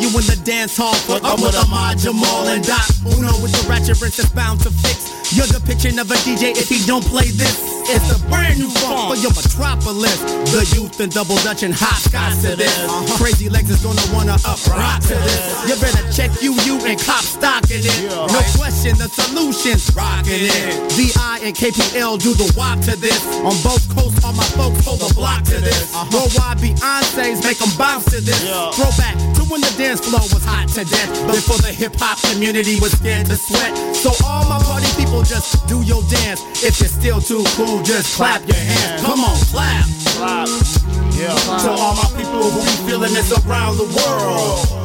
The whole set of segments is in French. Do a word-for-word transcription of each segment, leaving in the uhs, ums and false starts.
you in the dance hall. I'm with Ahmad, Jamal, and Doc Uno with the ratchet wrist that's bound to fix your depiction of a D J if he don't play this. It's a brand new funk for your metropolis. The youth and double dutch and hopscotch to this. Uh-huh. Crazy legs is gonna wanna up rock to this. You better check U U and cop stock in it. Yeah, no right. question, the solution's rockin' it. V I and K P L do the wop to this. On both coasts, all my folks hold the block to this. Uh-huh. Worldwide Beyonce's make them bounce to this. Yeah. Throwback to when the dance floor was hot to death. Before the hip hop community was scared to sweat. So all my party people just do your dance. If you're still too cool, just clap your hands. Come on, clap. Clap. Yeah. To all my people who be feeling this around the world.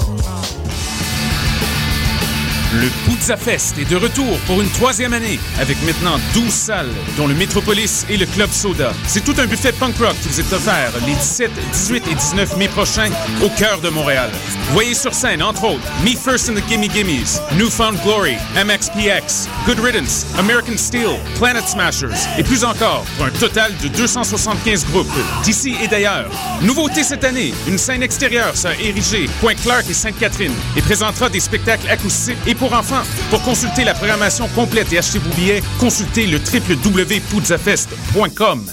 Le Pouzza Fest est de retour pour une troisième année, avec maintenant douze salles, dont le Métropolis et le Club Soda. C'est tout un buffet punk rock qui vous est offert les dix-sept, dix-huit et dix-neuf mai prochains au cœur de Montréal. Voyez sur scène, entre autres, Me First and the Gimme Gimmes, Newfound Glory, M X P X, Good Riddance, American Steel, Planet Smashers et plus encore, pour un total de deux cent soixante-quinze groupes d'ici et d'ailleurs. Nouveauté cette année, une scène extérieure sera érigée, Pointe-Clark et Sainte-Catherine, et présentera des spectacles acoustiques et pour enfants. Pour consulter la programmation complète et acheter vos billets, consultez le w w w point pouzzafest point com.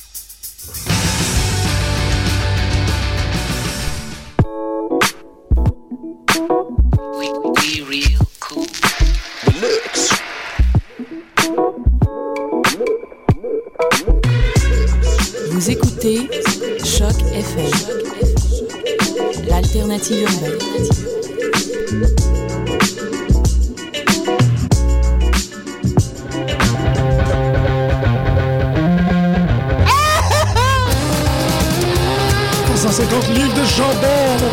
Vous écoutez Choc F M, l'alternative urbaine. cent cinquante livres de chandelle.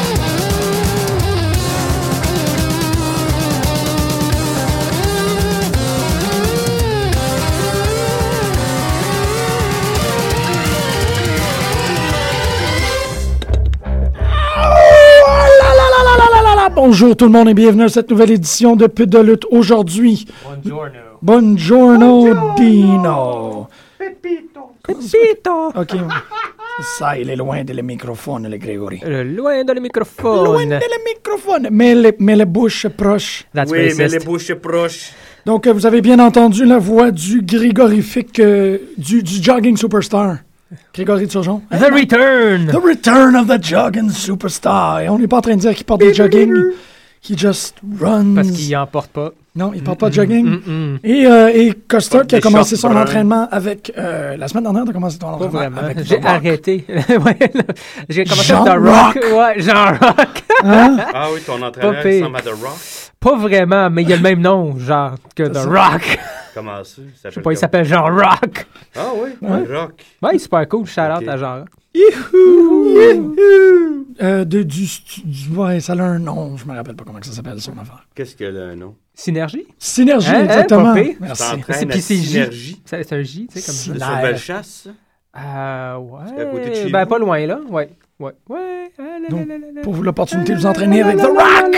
Bonjour tout le monde et bienvenue à cette nouvelle édition de Pute de lutte aujourd'hui. Buongiorno. Buongiorno, Buongiorno. Dino. Pepito. Pepito. Ok. Ça, il est loin de le microphone, le Grégory. Euh, loin de le microphone. Loin de le microphone. Mais les, mais les bouches proches. That's oui, racist. mais les bouches proches. Donc, vous avez bien entendu la voix du grégorifique, euh, du, du jogging superstar. Grégory Turgeon. The hey, return! The return of the jogging superstar. Et on n'est pas en train de dire qu'il porte des jogging. He just runs. Parce qu'il n'en porte pas. Non, il ne porte pas de jogging. Mm-mm. Et, euh, et Costa qui a commencé son bruns. entraînement avec... Euh, la semaine dernière, tu as commencé ton entraînement avec J'ai arrêté. ouais, j'ai commencé Jean avec The Rock. Rock. Ouais, Jean Rock. Hein? Ah oui, ton entraîneur ressemble à The Rock. Pas vraiment, mais il a le même nom, genre, que The Rock. Comment ça? Je sais pas, il s'appelle Jean Rock. Ah oui, ouais. Rock. Ouais, il est super cool. Shout out okay. à Jean Rock. Youhou! Youhou! Euh, de, du, du, ouais, ça a un nom. Je me rappelle pas comment ça s'appelle, son affaire. Qu'est-ce qu'elle a un nom? Synergie? Synergie, hein, exactement. Hein, merci. C'est puis c'est J. C'est, c'est un J, tu sais, comme ça. C'est sur Bellechasse, ça? Euh, ouais. C'est à côté de chez ben, vous? pas loin, là. Ouais. Ouais. Ouais. Donc, pour vous, l'opportunité de vous entraîner avec The Rock.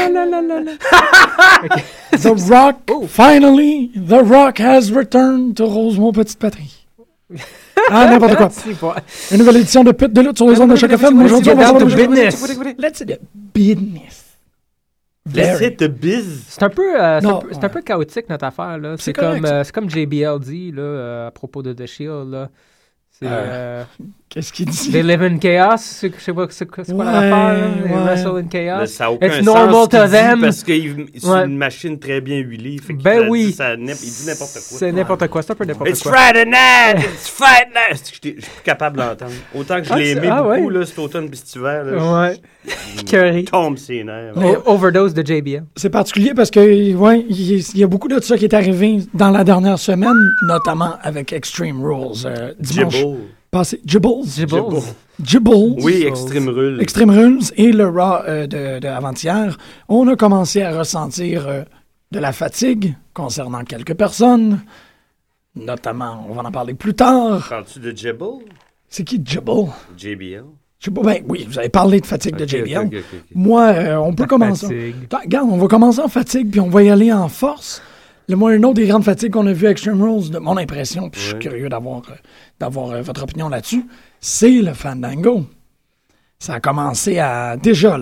The Rock, oh. Finally, The Rock has returned to Rosemont Petite Patrie. Ah, n'importe quoi. Une nouvelle édition de Pute de lutte sur les ondes de Choc F M. Aujourd'hui, on va parler de business. Let's say the business. Let's say the biz. C'est un peu, euh, c'est non, un peu, c'est ouais. un peu chaotique, notre affaire, là. C'est, c'est comme, euh, c'est comme J B L dit, là, euh, à propos de The Shield, là. C'est, euh, euh, qu'est-ce qu'il dit? They live in chaos. C'est, je sais pas, c'est, c'est quoi ouais, l'affaire? They ouais. wrestle in chaos. Mais ça a aucun It's sens normal to them. Parce que c'est ouais. une machine très bien huilée. Fait ben oui. Dit ça, il dit n'importe quoi. C'est n'importe quoi. C'est un peu n'importe It's quoi. It's Friday night! It's Friday night! Je suis plus capable de l'entendre. Autant que je ah, l'ai aimé ah, beaucoup, ouais. là, cet automne et cet hiver. Là, ouais. Curry. Tombe ses nerfs. Oh. Overdose de J B L. C'est particulier parce que, ouais, il y, y a beaucoup de ça qui est arrivé dans la dernière semaine, notamment avec Extreme Rules. Euh, dimanche. Jibble. Passé. Jibbles. Jibbles. Jibbles. Oui, Extreme Rules. Extreme Rules et le Raw euh, de, de avant-hier. On a commencé à ressentir euh, de la fatigue concernant quelques personnes. Notamment, on va en parler plus tard. Parles-tu de Jibble? C'est qui Jibble? J B L. Jibble, ben oui, vous avez parlé de fatigue okay, de J B L. Okay, okay, okay. Moi, euh, on peut la commencer. Fatigue. Regarde, on va commencer en fatigue, puis on va y aller en force. Le moi, une autre des grandes fatigues qu'on a vues à Extreme Rules, de mon impression, puis ouais. je suis curieux d'avoir, euh, d'avoir euh, votre opinion là-dessus, c'est le Fandango. Ça a commencé à... Déjà, là,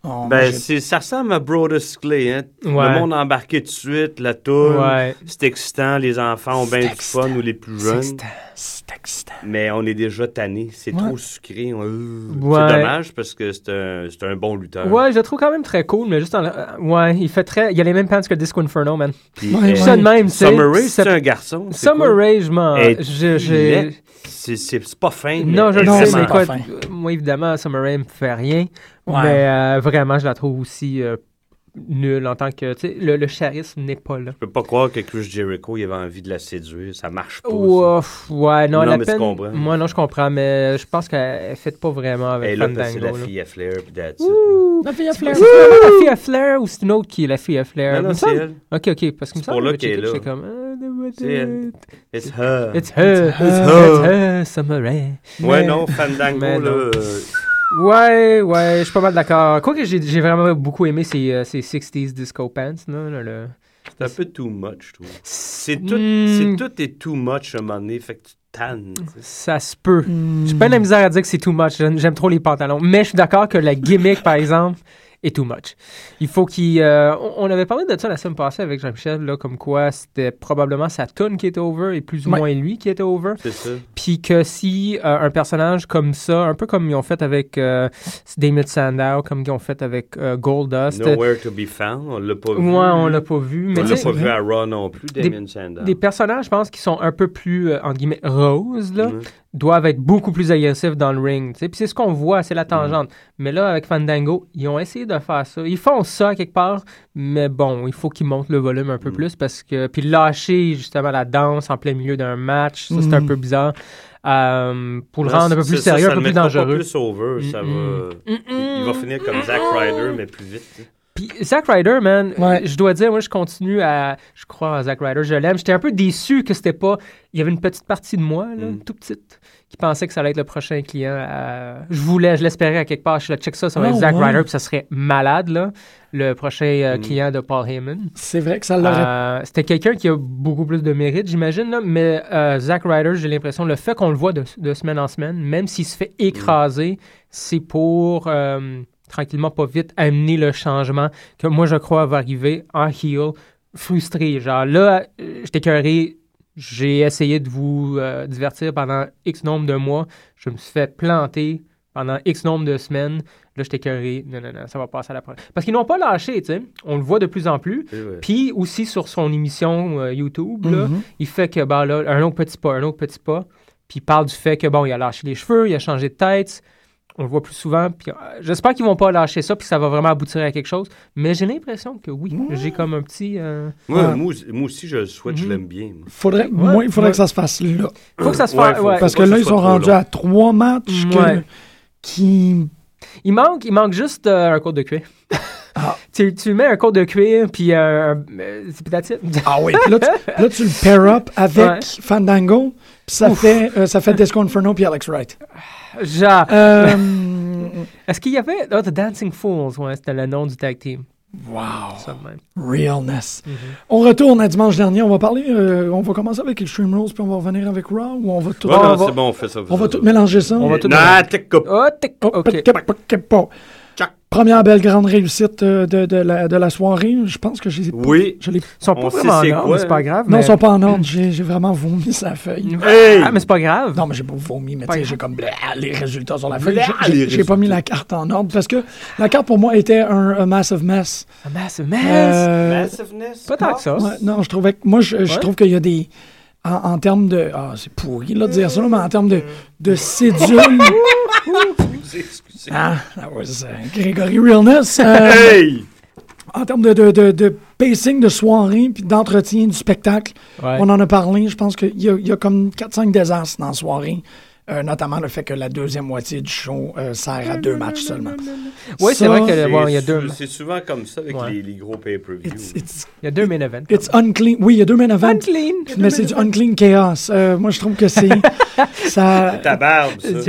Oh, ben, c'est, ça ressemble à Brodus Clay, hein. Ouais. Le monde embarqué tout de suite, la toune. Ouais. C'est excitant, les enfants ont bien du fun ou les plus jeunes. C'est excitant. C'est excitant. Mais on est déjà tannés. C'est Ouais. trop sucré. On... Ouais. C'est dommage parce que c'est un, c'est un bon lutteur. Ouais, je le trouve quand même très cool, mais juste en... Ouais, il fait très... Il a les mêmes pants que Disco Inferno, man. Puis, Ouais, euh, ouais. Ça de même, tu sais. Summer Rae, c'est ça- un garçon. c'est Summer quoi? Rae, je m'en... Elle est je- j'ai- laide. C'est, c'est, c'est pas fin. Non, je mais le Non, sais, c'est mais pas écoute, fin. euh, moi, évidemment, Summer Rae me fait rien. Ouais. Mais euh, vraiment, je la trouve aussi euh, nulle en tant que... Tu sais, le, le charisme n'est pas là. Je peux pas croire que Chris Jericho il avait envie de la séduire. Ça marche pas. ça. Ouf, ouais, non, Non, la mais tu peine... comprends. Moi, non, je comprends, mais je pense qu'elle ne fait pas vraiment avec Et là, parce que c'est Fandango. la là. fille à Flair. Puis that's it. Ouh! La fille à C'est Flair. vraiment la fille à Flair ou c'est une autre qui est la fille à Flair? Non, Il non, me c'est semble- elle. Ok, ok, parce qu'il me C'est pour semble là que qu'elle est là. j'étais comme... ah, C'est elle. It's her. It's her, it's her. her, it's her, Summer Rae. Ouais, Mais- non, Fandango, mais là. non. euh, Ouais, ouais, je suis pas mal d'accord. Quoique j'ai, j'ai vraiment beaucoup aimé ces, euh, ces sixties disco pants, là, là, le... c'est un peu too much, je trouve. C'est tout, Hmm. c'est tout est too much à un moment donné, fait que tu tannes. tu sais. Ça se peut. Hmm. J'ai pas de la misère à dire que c'est too much. J'aime, j'aime trop les pantalons. Mais je suis d'accord que la gimmick, par exemple, est too much. Il faut qu'il... euh, on on avait parlé de ça la semaine passée avec Jean-Michel, là, comme quoi c'était probablement sa tune qui était over et plus ou Ouais. moins lui qui était over. C'est ça. Puis que si euh, un personnage comme ça, un peu comme ils ont fait avec euh, Damien Sandow, comme ils ont fait avec euh, Goldust... Nowhere to be found, on l'a pas vu. Ouais, on l'a pas vu. Mais On tu l'a sais, pas vu à Raw non plus, Des- Damien Sandow. des personnages, je pense, qui sont un peu plus, euh, entre guillemets, roses, là, Mhm. doivent être beaucoup plus agressifs dans le ring. tu sais. Puis c'est ce qu'on voit, c'est la tangente. Mais là, avec Fandango, ils ont essayé de faire ça. Ils font ça quelque part, mais bon, il faut qu'ils montent le volume un peu Mm. plus parce que... Puis lâcher, justement, la danse en plein milieu d'un match, ça, c'est un Mm. peu bizarre. Euh, pour le Non, rendre un peu plus c'est ça, sérieux, ça un peu le plus mettra pas dangereux. plus over, ça Mm-mm. va... Il, il va finir comme Zack Ryder, mais plus vite. tu sais. Puis Zack Ryder, man, Ouais. je dois dire, moi, je continue à... Je crois à Zack Ryder, je l'aime. J'étais un peu déçu que c'était pas... Il y avait une petite partie de moi, là, Mm. tout petite, qui pensait que ça allait être le prochain client. à- Je voulais, je l'espérais à quelque part. Je suis là, check ça, ça va Oh, être Zack ouais. Ryder, puis ça serait malade, là, le prochain euh, Mm. client de Paul Heyman. C'est vrai que ça l'aurait... Euh, c'était quelqu'un qui a beaucoup plus de mérite, j'imagine, là, mais euh, Zack Ryder, j'ai l'impression, le fait qu'on le voit de, de semaine en semaine, même s'il se fait écraser, c'est pour, euh, tranquillement, pas vite, amener le changement que moi, je crois, va arriver en heel, frustré. Genre, là, euh, j'étais écœuré, j'ai essayé de vous euh, divertir pendant X nombre de mois, je me suis fait planter pendant X nombre de semaines. Là, j'étais écœuré. Non, non, non, ça va passer à la prochaine. Parce qu'ils n'ont pas lâché, tu sais. On le voit de plus en plus. C'est vrai. Puis aussi sur son émission euh, YouTube, là, Mhm. il fait que, ben là, un autre petit pas, un autre petit pas. Puis il parle du fait que, bon, il a lâché les cheveux, il a changé de tête. On le voit plus souvent. Puis euh, j'espère qu'ils vont pas lâcher ça, puis que ça va vraiment aboutir à quelque chose. Mais j'ai l'impression que oui. J'ai comme un petit... euh, Moi, Ouais. moi, aussi- moi aussi, je le souhaite, je Mhm. l'aime bien. moi. Faudrait, moi, il faudrait ouais. que ça se fasse là. Faut que ça se Ouais, fasse... faut- ouais. Parce pas que que là, ce ils soit sont trop rendus long. à trois matchs que- Ouais. qui... Il manque, il manque juste euh, un code de cuir. Ah. tu, tu mets un code de cuir, puis euh, un- euh, c'est peut-être ça. Ah oui. Puis là, tu, là, tu le pair up avec Ouais. Fandango, puis ça fait, euh, ça fait Disco Inferno puis Alex Wright. Genre, Euh, est-ce qu'il y avait... Oh, The Dancing Fools, ouais, c'était le nom du tag team. wow. Ça de même. Realness. On retourne à dimanche dernier. On va parler, euh, on va commencer avec Extreme Rules, puis on va revenir avec Raw, ou on va tout, Ouais, on non, va, c'est bon, on fait ça. on va tout mélanger ça. On va tout Non, mélanger. tic, coupe. Oh, tic, Oh, OK. pep, pep, pep, pep. Tchac. Première belle grande réussite euh, de, de, la, de la soirée. Je pense que je les ai pas- Oui. je les- Ils sont pas On sait vraiment c'est en ordre, quoi, mais c'est pas hein. grave. Non, mais... ils sont pas en ordre. J'ai j'ai vraiment vomi sa feuille. Hey! Ah, mais c'est pas grave. Non, mais j'ai pas vomi, mais tu Pas sais, grave. j'ai comme bleh, les résultats sur la feuille. Bleh, J'ai- les J'ai j'ai pas mis la carte en ordre parce que la carte pour moi était un, un massive mess. Ah, massive mess. Euh, Massiveness. Pas tant que ça. ouais, non, je trouvais que moi, je, je Ouais. trouve qu'il y a des. En, en termes de. Ah, c'est pourri là, de dire ça, là, mais en termes de, de cédule. Excusez, excusez. Ah, that was uh, Gregory Realness. Euh, Hey! En termes de, de, de, de pacing de soirée puis d'entretien du spectacle, Ouais. on en a parlé. Je pense qu'il y a, il y a comme quatre cinq désastres dans la soirée. Euh, notamment le fait que la deuxième moitié du show euh, sert à deux matchs seulement. Oui, c'est Ça, vrai que C'est bon, il y a deux, sou- C'est souvent comme ça avec Ouais. les, les gros pay-per-view. It's, it's, il y a deux main events. it's unclean. Oui, il y a deux main events, Unclean. mais c'est du unclean chaos. Euh, moi, je trouve que c'est... ça Ta barbe, ça. C'est-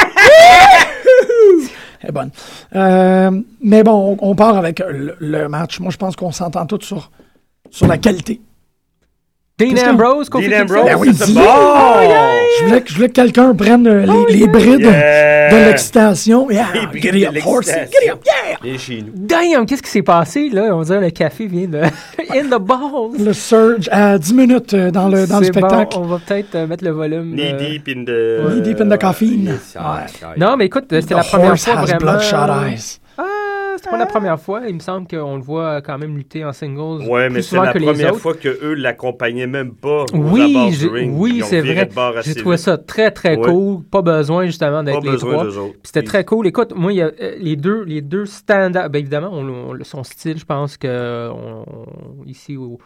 est bonne. Euh, mais bon, on, on part avec le, le match. Moi, je pense qu'on s'entend tous sur, sur la qualité. Dean Ambrose, Kofi Dean Kingston. Ambrose, Ben oui, c'est dis-le. bon! Oh, yeah. Je voulais que, je voulais que quelqu'un prenne euh, les, Oh, les yeah. brides Yeah. de l'excitation. Yeah, Les brides giddy de up, horsey, l'excitation. giddy up, yeah! Viens chez nous. Damn, qu'est-ce qui s'est passé, là? On dirait le café vient de... In the balls! Le surge à dix minutes euh, dans le, dans le C'est spectacle. bon, on va peut-être euh, mettre le volume... Knee euh, deep in the... Knee deep in the caffeine. Yes, ah, Ouais. ah, Non, mais écoute, c'était The la première horse fois has vraiment... bloodshot eyes. Ah, c'est pas la première fois. Il me semble qu'on le voit quand même lutter en singles Ouais, plus mais c'est souvent la que les première autres. fois qu'eux l'accompagnaient même pas aux Oui, abords j'ai- du ring. oui Ils ont c'est viré vrai. de bord assez J'ai trouvé vite. ça très, très Ouais. cool. Pas besoin, justement, d'être Pas les besoin trois. d'eux autres. Puis C'était Puis- très cool. Écoute, moi, il y a, euh, les deux, les deux stand-up, ben évidemment, on, on- son style, je pense que on- on- ici au-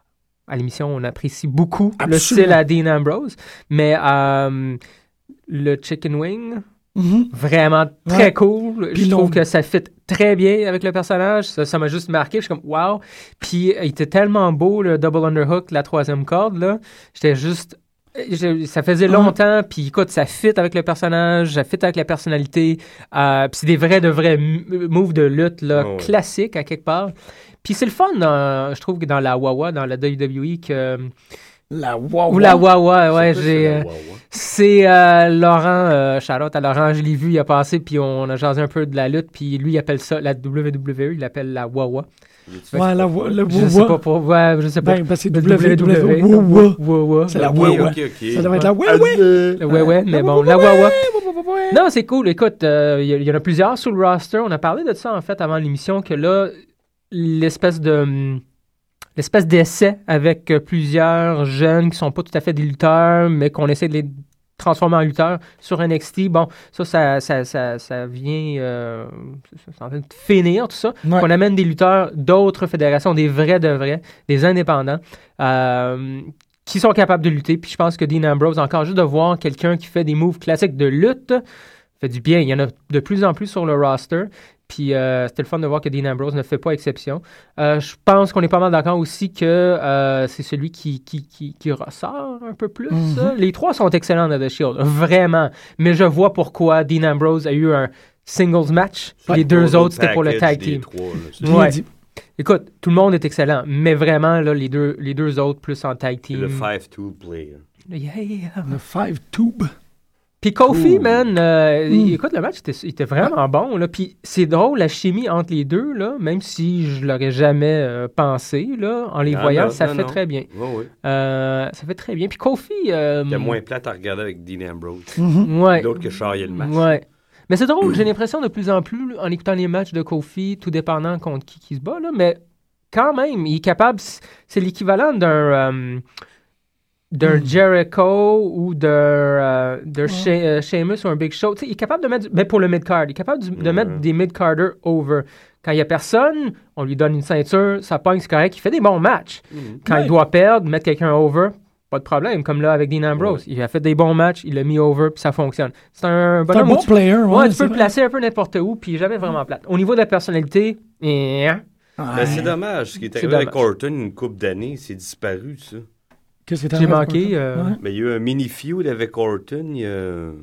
à l'émission, on apprécie beaucoup le Absolument. style à Dean Ambrose. Mais euh, le Chicken Wing, Mhm. vraiment très Ouais. cool. Puis je trouve non. que ça fit très bien avec le personnage. Ça, ça m'a juste marqué. Je suis comme, wow. Puis euh, il était tellement beau, le double underhook, la troisième corde, là. J'étais juste... je- ça faisait Ouais. longtemps, puis écoute, ça fit avec le personnage, ça fit avec la personnalité. Euh, puis c'est des vrais, de vrais m- moves de lutte, là, Oh, ouais. classiques, à quelque part. Puis c'est le fun, dans- je trouve, que dans la Wawa, dans la W W E, que... La wow. Ou la Wawa, ouais, C'est quoi, j'ai... c'est euh, le Wawa? c'est euh, Laurent, euh, shout-out à Laurent, je l'ai vu, il a passé, puis on a jasé un peu de la lutte, puis lui, il appelle ça, la W W E, il l'appelle la Wawa. Ouais, la wa- le Je sais pas Wawa. pour... Ouais, je sais pas. Ben, ben, c'est Le W W E. Wawa. Wawa. C'est la Ok, Wawa. ok, ok. Ça doit être la Ah, Wawa. euh, Le ouais, ouais, mais bon, la Wawa. Non, c'est cool. Écoute, euh, il y, a- il y en a plusieurs sur le roster. On a parlé de ça, en fait, avant l'émission, que là, l'espèce de... hum, l'espèce d'essai avec euh, plusieurs jeunes qui sont pas tout à fait des lutteurs, mais qu'on essaie de les transformer en lutteurs sur N X T. Bon, ça, ça, ça, ça, ça vient... Euh, c'est en train de finir, tout ça. Ouais. Qu'on amène des lutteurs d'autres fédérations, des vrais de vrais, des indépendants, euh, qui sont capables de lutter. Puis je pense que Dean Ambrose, encore juste de voir quelqu'un qui fait des moves classiques de lutte, fait du bien. Il y en a de plus en plus sur le roster. Puis euh, c'était le fun de voir que Dean Ambrose ne fait pas exception. Euh, je pense qu'on est pas mal d'accord aussi que euh, c'est celui qui, qui, qui, qui ressort un peu plus. Mhm. euh. Les trois sont excellents dans The Shield, vraiment. Mais je vois pourquoi Dean Ambrose a eu un singles match. Puis Ouais. les deux Total autres, c'était pour le package tag des team. trois, là, c'est- Bien Ouais. dit. Écoute, tout le monde est excellent, mais vraiment, là, les deux, les deux autres plus en tag C'est team. le five two player. Yeah. Le Five Tube. Puis Kofi, Cool. man, euh, Mm. écoute, le match était, il était vraiment bon. Là. Puis c'est drôle, la chimie entre les deux, là, même si je l'aurais jamais euh, pensé, là, en les Ah, voyant, non, ça non, fait non. très bien. Ouais, ouais. Euh, ça fait très bien. Puis Kofi... Euh, C'était moins plate à regarder avec Dean Ambrose. Mhm. ouais, L'autre que charriait le match. ouais. Mais c'est drôle, j'ai l'impression de plus en plus, en écoutant les matchs de Kofi, tout dépendant contre qui qui se bat, là, mais quand même, il est capable... C'est l'équivalent d'un... euh, d'un Mm. Jericho ou d'un, euh, d'un She- euh, Sheamus ou un Big Show. Tu sais, il est capable de mettre... du- Mais pour le mid-card, il est capable du- de Ouais. mettre des mid-carders over. Quand il n'y a personne, on lui donne une ceinture, ça pogne, c'est correct. Il fait des bons matchs. Mhm. Quand Ouais. il doit perdre, mettre quelqu'un over, pas de problème. Comme là avec Dean Ambrose. Il a fait des bons matchs, il l'a mis over, puis ça fonctionne. C'est un C'est un bonhomme bon où tu- player. Ouais, Ouais, tu c'est peux le vrai. placer un peu n'importe où, puis jamais vraiment plate. Au niveau de la personnalité, eh, Ouais. Ben, c'est dommage. Ce qui est C'est arrivé avec dommage. Orton une couple d'années, c'est disparu, ça. Qu'est-ce que t'as j'ai fait, manqué. Orton? euh, Ouais. Mais il y a eu un mini-feud avec Orton, il y a,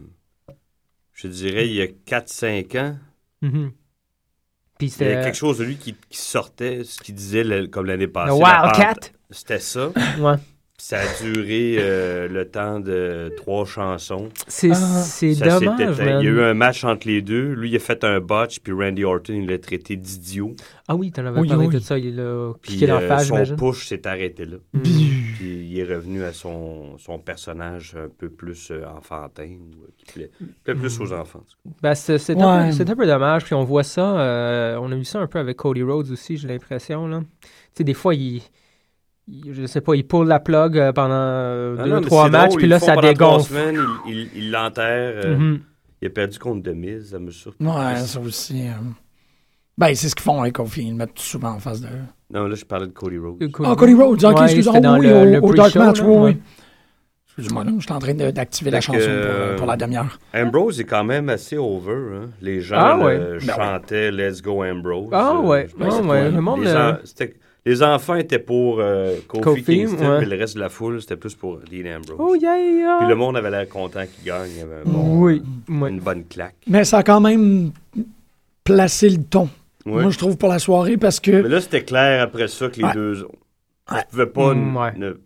je dirais, il y a quatre cinq ans. mhm. Puis Il y avait c'était quelque chose de lui qui, qui sortait, ce qu'il disait le- comme l'année le passée. la Wildcat. pente- C'était ça. Ouais. Puis ça a duré euh, le temps de trois chansons. C'est, Ah. c'est Ça s'est dommage, éteint. man. Il y a eu un match entre les deux. Lui, il a fait un botch, puis Randy Orton, il l'a traité d'idiot. Ah oui, t'en avais Oui, parlé oui. de ça. Il a Puis piqué l'en euh, face, son j'imagine. push s'est arrêté là. Mm. Biu. Puis il est revenu à son, son personnage un peu plus euh, enfantin, ou, euh, qui plaît, plaît plus Mm. aux enfants. Ben, c'est, c'est, un Ouais. peu, c'est un peu dommage. Puis on voit ça. euh, on a vu ça un peu avec Cody Rhodes aussi, j'ai l'impression. Là. Tu sais, des fois, il, il- je sais pas, il pull la plug euh, pendant euh, Ah deux, non, mais trois c'est matchs, drôle, puis ils là, le font ça pendant trois dégonfle. semaines, il, il, il l'enterre. euh, Mhm. Il a perdu contre Demise, ça me surprend. Ouais, ça aussi. euh, Ben, c'est ce qu'ils font avec Kofi. Ils le mettent souvent en face de. Non, là, je parlais de Cody Rhodes. Cody Ah, Cody Rhodes. Ok, Ouais, excuse-moi. c'était dans oui, le- au, le au Dark pre-show, Match. là, Oui, ouais. oui. Excuse-moi, là, je suis en train de- d'activer la Fait chanson que, pour, euh, pour la demi-heure. Ambrose est quand même assez over. Hein? Les gens Ah, là, ouais. Ben chantaient Let's Go Ambrose. Ah, Euh, ouais. je Ah, pense que ouais. Le monde, Les, euh, en- c'était- les enfants étaient pour euh, Kofi, Kofi, Kingston, ouais. mais le reste de la foule, c'était plus pour Dean Ambrose. Oh, yeah, yeah. Puis le monde avait l'air content qu'il gagne. Il y avait un bon- Oui. ouais. une bonne claque. Mais ça a quand même placé le ton. Ouais. Moi, je trouve, pour la soirée, parce Mais que là, c'était clair après ça que les Ouais. deux. Ouais. Tu pouvais pas Mm, ne- ouais. ne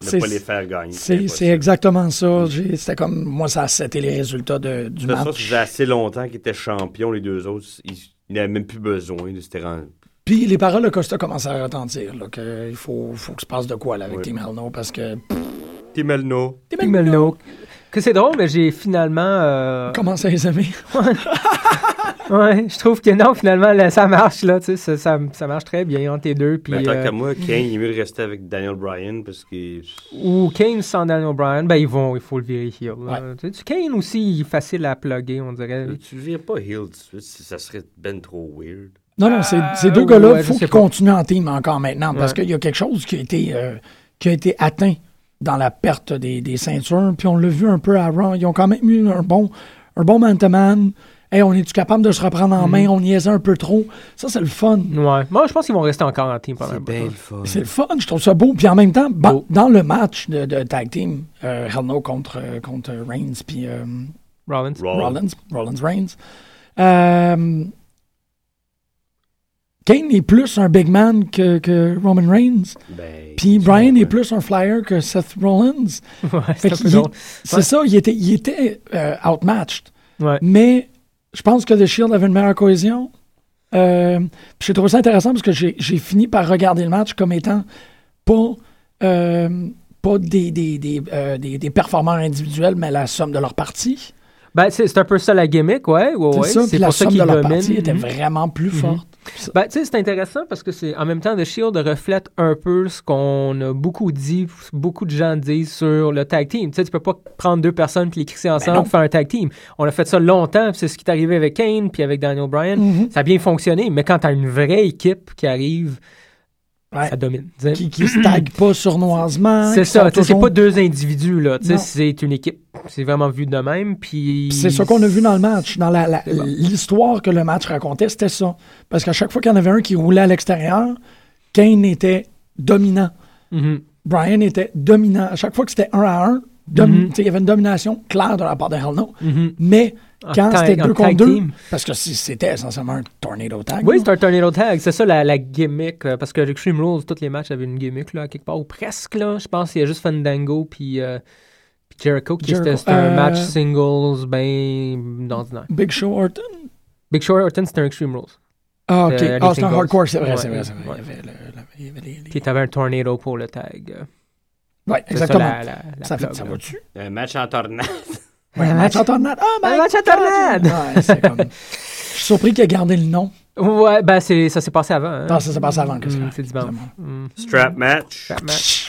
ne pas les faire gagner. C'est, c'est exactement ça. J'ai, c'était comme, moi, ça a seté les résultats de, du de match. Ça, ça faisait assez longtemps qu'ils étaient champions, les deux autres. Ils, ils n'avaient même plus besoin. C'était rendu... Puis les paroles de Costa commencent à retentir. Là, que il faut, faut que se passe de quoi là, avec oui. Team Hell No, parce que... Team Hell No. Team Hell No. Que c'est drôle, mais j'ai finalement... Euh... Commencé à les aimer. Ouais, je trouve que non, finalement, là, ça marche, là, tu sais, ça, ça, ça marche très bien entre les deux. Puis, ben, tant euh... qu'à moi, Kane, il est mieux de rester avec Daniel Bryan, parce que... Ou Kane sans Daniel Bryan, ben, ils vont, il faut le virer heel. Ouais. Tu sais, Kane aussi, il est facile à plugger, on dirait. Tu le vires pas heel tout de suite, ça serait ben trop weird. Non, non, c'est, ces deux euh, gars-là, il ouais, faut qu'ils pas. continuent en team encore maintenant, parce ouais. qu'il y a quelque chose qui a été, euh, qui a été atteint dans la perte des, des ceintures, puis on l'a vu un peu à Raw, ils ont quand même eu un bon, un bon man-to-man. Hey, on est-tu capable de se reprendre en main? Mm. On niaisait un peu trop. Ça, c'est le fun. Ouais. Moi, je pense qu'ils vont rester encore en team pendant un peu. C'est bien le fun. C'est le fun. Je trouve ça beau. Puis en même temps, ba- dans le match de, de tag team, euh, Hell No contre, contre Reigns, puis euh, Rollins. Rollins. Rollins, Reigns. Euh, Kane est plus un big man que, que Roman Reigns. Ben, puis Bryan est plus un flyer que Seth Rollins. Ouais, c'est, c'est, ouais. c'est ça, il était, il était euh, outmatched. Ouais. Mais je pense que The Shield avait une meilleure cohésion. Euh, j'ai trouvé ça intéressant parce que j'ai, j'ai fini par regarder le match comme étant pas, euh, pas des, des, des, euh, des, des performeurs individuels, mais la somme de leur partie. Ben, c'est, c'est un peu ça la gimmick, ouais. ouais, c'est ouais. ça, c'est puis la pour somme ça qu'ils de leur dominent. partie était mm-hmm. vraiment plus mm-hmm. forte. Ben, tu sais, c'est intéressant parce que c'est en même temps, The Shield reflète un peu ce qu'on a beaucoup dit, beaucoup de gens disent sur le tag team. Tu sais, tu peux pas prendre deux personnes puis les crisser ensemble pour faire un tag team. On a fait ça longtemps, puis c'est ce qui est arrivé avec Kane puis avec Daniel Bryan. Mm-hmm. Ça a bien fonctionné, mais quand tu as une vraie équipe qui arrive, ouais. ça domine. Qui, qui se tague pas sournoisement. C'est ça, toujours... c'est pas deux individus, là. C'est une équipe. C'est vraiment vu de même. Puis c'est ça qu'on a vu dans le match. Dans la, la, l'histoire que le match racontait, c'était ça. Parce qu'à chaque fois qu'il y en avait un qui roulait à l'extérieur, Kane était dominant. Mm-hmm. Bryan était dominant. À chaque fois que c'était un à un, domi- mm-hmm. il y avait une domination claire de la part de Hell No. Mm-hmm. Mais quand en c'était tag, deux contre deux, team. parce que c'était essentiellement un tornado tag. Oui, c'est un tornado tag. C'est ça la, la gimmick. Euh, parce que Extreme Rules, tous les matchs avaient une gimmick, là, quelque part, ou presque. Là. Je pense qu'il y a juste Fandango puis, euh, puis Jericho qui Jericho, c'était, c'était euh, un match singles ben d'ordinaire. Big Show Orton? Big Show Orton, c'était un Extreme Rules. Ah, ok. Ah, oh, c'est un hardcore, c'est vrai, ouais, c'est vrai. C'est vrai. Ouais. Il y avait, le, le, il y avait les, les... Puis t'avais un tornado pour le tag. Oui, exactement. Ça, la, la, la ça, plug, fait, ça va-tu? Un match en tornade. Ouais, un match en tornade. Ah, oh, un match en tornade! Ouais, c'est comme... Je suis surpris qu'il ait gardé le nom. Ouais, ben c'est, ça s'est passé avant. Hein? Non, ça s'est passé avant que ça. Mm, c'est dimanche. Mm. Strap match. Strap match.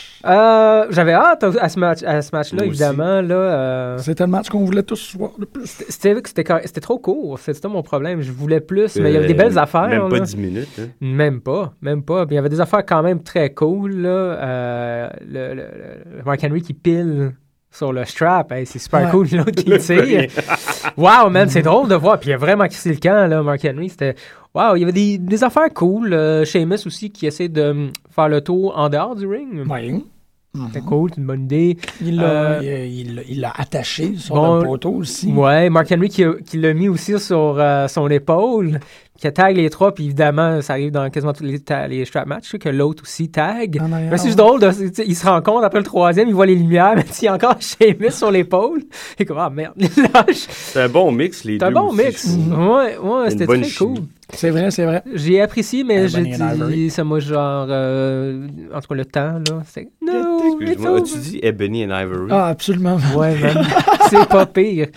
Euh, j'avais hâte à ce, match, à ce match-là, Moi évidemment. Là, euh... C'était le match qu'on voulait tous voir le plus. C'était, c'était, c'était trop court. C'était ça mon problème. Je voulais plus, euh, mais il y avait des belles affaires. Même pas là. dix minutes. Hein? Même pas. Même pas. Puis il y avait des affaires quand même très cool. Là. Euh, le, le, le Mark Henry qui pile sur le strap. Hey, c'est super ouais. cool. L'autre qui tire. Wow, man, c'est drôle de voir. Puis il a vraiment crissé le camp, là, Mark Henry. C'était... Wow, il y avait des, des affaires cool. Euh, Sheamus aussi qui essaie de um, faire le tour en dehors du ring. Oui. C'était cool, c'est une bonne idée. Il l'a, euh, il, il, il l'a attaché sur bon, le poteau aussi. Ouais, Mark Henry qui, a, qui l'a mis aussi sur euh, son épaule, qui a tag les trois, puis évidemment, ça arrive dans quasiment tous les, ta- les strap matchs, que l'autre aussi tag. Ah, mais c'est juste drôle, de, il se rend compte après le troisième, il voit les lumières, mais il y a encore Sheamus sur l'épaule. Et comme, ah merde, lâche. C'est un bon mix, les c'est deux. C'est un bon mix. Mmh. Ouais, ouais, c'était très chimie. Cool. C'est vrai, c'est vrai. J'ai apprécié, mais euh, j'ai dit, ça m'a genre, euh, en tout cas, le temps, là, c'est... No, excuse-moi, as-tu dit Ebony and Ivory? Ah, absolument. Ouais, man, c'est pas pire.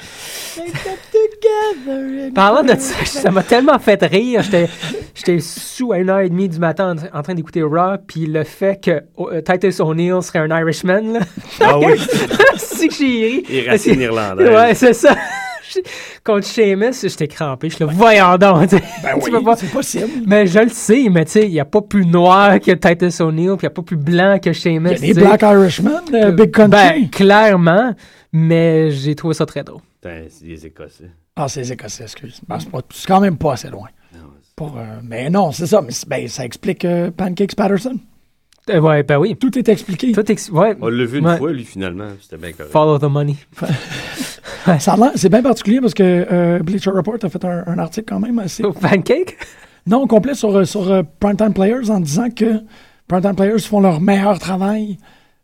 Parlant de ça, ça m'a tellement fait rire. J'étais, j'étais sous à une heure et demie du matin en, en train d'écouter Raw, puis le fait que uh, Titus O'Neil serait un Irishman, là. Ah oui? C'est que j'ai ri. Et racine irlandaise. Ouais, c'est ça. Contre Sheamus, j'étais crampé. Je suis là, voyons donc. Ben oui, pas... c'est possible. Mais je le sais, mais tu sais, il n'y a pas plus noir que Titus O'Neil, puis il n'y a pas plus blanc que Sheamus. Il y a des Black Irishmen, uh, Big Country. Ben, clairement, mais j'ai trouvé ça très drôle. Ben, c'est des Écossais. Ah, c'est les Écossais, excuse. Ben, c'est, pas, c'est quand même pas assez loin. Non, Pour, euh, mais non, c'est ça. Mais ben, ça explique euh, Pancakes Patterson. Euh, ouais, ben oui. Tout est expliqué. Tout ex- ouais. On l'a vu une ouais. fois, lui, finalement. C'était bien correct. Follow the money. Ça a l'air, c'est bien particulier parce que euh, Bleacher Report a fait un, un article quand même assez... Sur Pancake? Non, complet sur, sur uh, Primetime Players en disant que Primetime Players font leur meilleur travail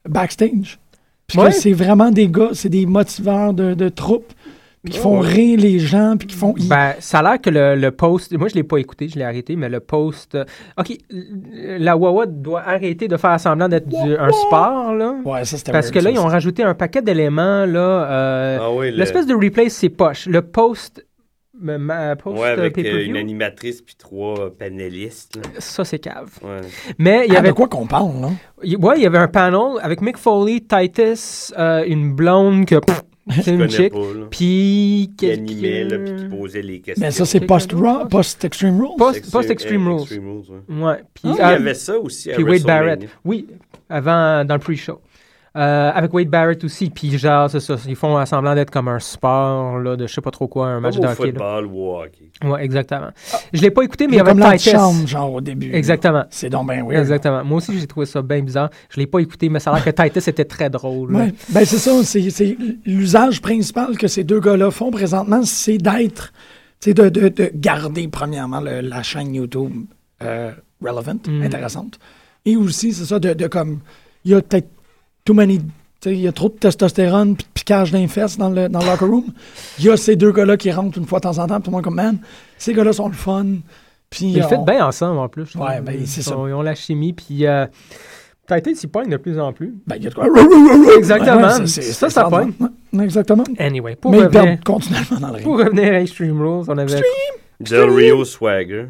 backstage. Puis ouais. que c'est vraiment des gars, c'est des motiveurs de, de troupes. Puis qui font oh. rire les gens, puis qui font... Ben, ça a l'air que le, le post... Moi, je ne l'ai pas écouté, je l'ai arrêté, mais le post... Euh, OK, la Wawa doit arrêter de faire semblant d'être du, un sport, là. Ouais, ça, c'était Parce weird, que là, ça, ils ont rajouté un paquet d'éléments, là. Euh, ah oui, l'espèce le... de replay, c'est poche. Le post... Ma, post ouais, avec euh, une animatrice puis trois panélistes. Là. Ça, c'est cave. Ouais. Mais il y ah, avait... de quoi qu'on parle, non? Ouais, il y avait un panel avec Mick Foley, Titus, euh, une blonde que... Pff, c'est une chick. Puis. Qui animait, là, puis qui posait les questions. Mais ça, c'est post-Raw, post-Extreme Rules. Post, post-Extreme Rules. Extreme Rules, ouais. ouais. Puis, ah, il y avait ça aussi. Puis Wade Barrett. Oui, avant, dans le pre-show. Euh, avec Wade Barrett aussi, puis genre, c'est ça, ils font semblant d'être comme un sport, là, de je sais pas trop quoi, un match de hockey. Football ou hockey. Ouais, exactement. Ah. Je l'ai pas écouté, mais il y avait avait Titus. Chambre, genre, au début. Exactement. Là. C'est donc bien weird. Exactement. Moi aussi, j'ai trouvé ça bien bizarre. Je l'ai pas écouté, mais ça a l'air que Titus était très drôle. Ouais. Ben, c'est ça, c'est, c'est l'usage principal que ces deux gars-là font présentement, c'est d'être, c'est de, de, de garder, premièrement, le, la chaîne YouTube euh, relevant, mm. intéressante. Et aussi, c'est ça, de, de comme, il y a peut-être too many... Il y a trop de testostérone et de piquage d'un fesses dans le, dans le locker room. Il y a ces deux gars-là qui rentrent une fois de temps en temps. Tout le monde comme, man, ces gars-là sont le fun. Puis, ils on... font bien ensemble en plus. Ouais, ben, c'est ça. Ils ont la chimie. Puis, euh, peut-être qu'ils pognent de plus en plus. Ben, il y a de quoi. Exactement. Ouais, ouais, c'est, c'est, ça, ça pogne. Ouais, exactement. Anyway, pour Mais revenir, ils perdent continuellement dans le ring. Pour revenir à Extreme Rules, on avait. Del Rio Swagger.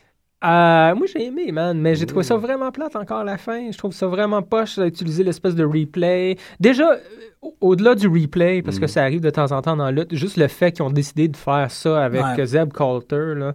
Euh, moi, j'ai aimé, man, mais j'ai trouvé ça vraiment plate encore à la fin. Je trouve ça vraiment poche d'utiliser l'espèce de replay. Déjà, au-delà du replay, parce mm. que ça arrive de temps en temps dans la lutte, juste le fait qu'ils ont décidé de faire ça avec ouais. Zeb Coulter, là.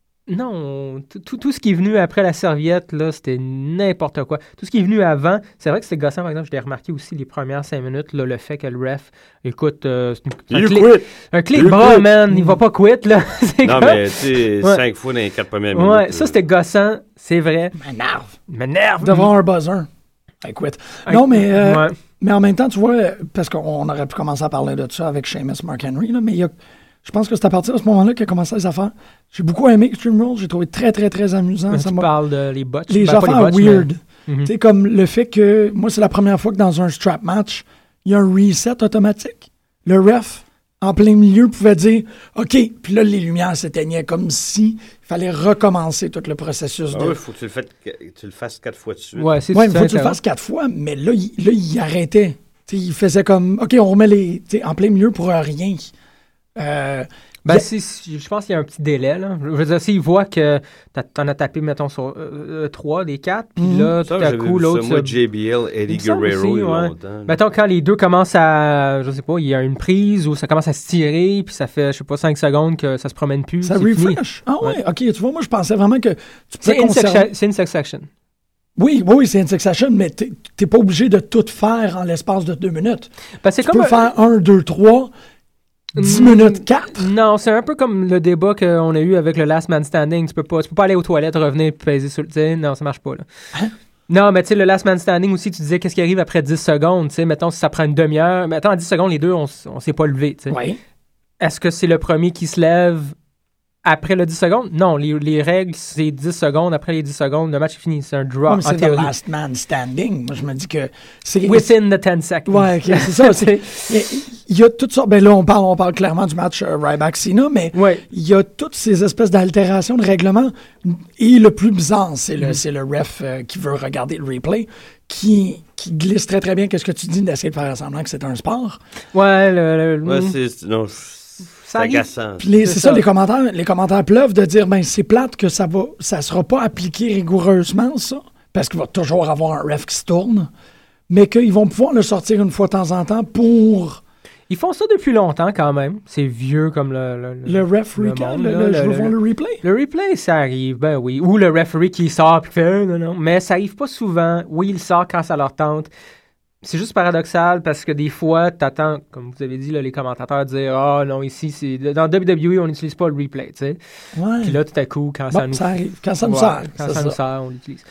Non, tout, tout ce qui est venu après la serviette, là, c'était n'importe quoi. Tout ce qui est venu avant, c'est vrai que c'était gossant, par exemple, je l'ai remarqué aussi les premières cinq minutes, là, le fait que le ref, écoute, euh, c'est un, clic, un clic bas, man, il va pas quitter, là. C'est non, comme... mais tu sais, ouais. cinq fois dans les quatre premières minutes. Ouais, là. Ça, c'était gossant, c'est vrai. M'énerve. M'énerve. Devant un buzzer. I quit. I... Non, mais, euh, ouais. mais en même temps, tu vois, parce qu'on aurait pu commencer à parler de ça avec Sheamus, Mark Henry, là, mais il y a... Je pense que c'est à partir de ce moment-là qu'a commencé les affaires. J'ai beaucoup aimé Extreme Rules. J'ai trouvé très, très, très amusant. Ça tu m'a... parles de les botches. Les ben, affaires les botches, weird. Mais... Mm-hmm. Tu sais, comme le fait que... Moi, c'est la première fois que dans un strap match, il y a un reset automatique. Le ref, en plein milieu, pouvait dire « OK ». Puis là, les lumières s'éteignaient comme si il fallait recommencer tout le processus. Ah de... oui, il faut que tu le, fais, tu le fasses quatre fois de suite. Ouais, c'est ouais, il faut que tu le fasses quatre fois, mais là, il, là, il arrêtait. Tu sais, il faisait comme « OK, on remet les... » Tu sais, en plein milieu pour rien. Euh... Ben, a... si, si, je pense qu'il y a un petit délai, là. Je veux dire, s'il voit que t'en as tapé, mettons, sur euh, trois des quatre, puis mm-hmm. là, tout à coup, l'autre... Moi, J B L, Eddie Guerrero, aussi, ouais. longtemps. Mettons, quand les deux commencent à, je sais pas, il y a une prise où ça commence à se tirer, puis ça fait, je sais pas, cinq secondes que ça se promène plus. Ça refresh? Ah ouais, OK. Tu vois, moi, je pensais vraiment que tu pouvais conserver... C'est une succession. Oui, oui, c'est une succession, mais t'es, t'es pas obligé de tout faire en l'espace de deux minutes. Ben, c'est tu comme peux un... faire un, deux, trois... dix minutes quatre. Non, c'est un peu comme le débat qu'on a eu avec le Last Man Standing. Tu peux pas, tu peux pas aller aux toilettes, revenir et peser sur le... T'sais, non, ça marche pas. Là. Hein? Non, mais tu sais, le Last Man Standing aussi, tu disais qu'est-ce qui arrive après dix secondes. T'sais, mettons, si ça prend une demi-heure. Mettons, à dix secondes, les deux, on, on s'est pas levé. Oui. Est-ce que c'est le premier qui se lève après le dix secondes? Non, les, les règles, c'est dix secondes. Après les dix secondes, le match est fini. C'est un draw. Ouais, c'est le Last Man Standing. Moi, je me dis que c'est... Within the ten seconds. Ouais, okay, c'est ça. C'est... Il y a toutes sortes... Ben là, on parle, on parle clairement du match euh, Ryback-Cena, mais ouais. il y a toutes ces espèces d'altérations de règlement. Et le plus bizarre, c'est le, mm. c'est le ref euh, qui veut regarder le replay, qui, qui glisse très, très bien qu'est-ce que tu dis d'essayer de faire semblant que c'est un sport. Ouais, le... le... Ouais, c'est... Non, c'est agaçant. Puis les, c'est, c'est ça, ça, les commentaires, les commentaires pleuvent de dire, ben c'est plate que ça va, ça sera pas appliqué rigoureusement, ça, parce qu'il va toujours avoir un ref qui se tourne, mais qu'ils vont pouvoir le sortir une fois de temps en temps pour... Ils font ça depuis longtemps quand même. C'est vieux comme le... Le, le, le ref recap, le, le, le, je veux voir le replay. Le replay, ça arrive, ben oui. Ou le referee qui sort puis fait, non, non. Mais ça arrive pas souvent. Oui, il sort quand ça leur tente. C'est juste paradoxal parce que des fois, t'attends, comme vous avez dit, là, les commentateurs dire « Ah oh, non, ici, c'est dans W W E, on n'utilise pas le replay, tu sais. Ouais. » Puis là, tout à coup, quand bon, ça nous... Ça arrive. Quand ça nous ouais, sert. Quand ça, ça nous sert, on l'utilise.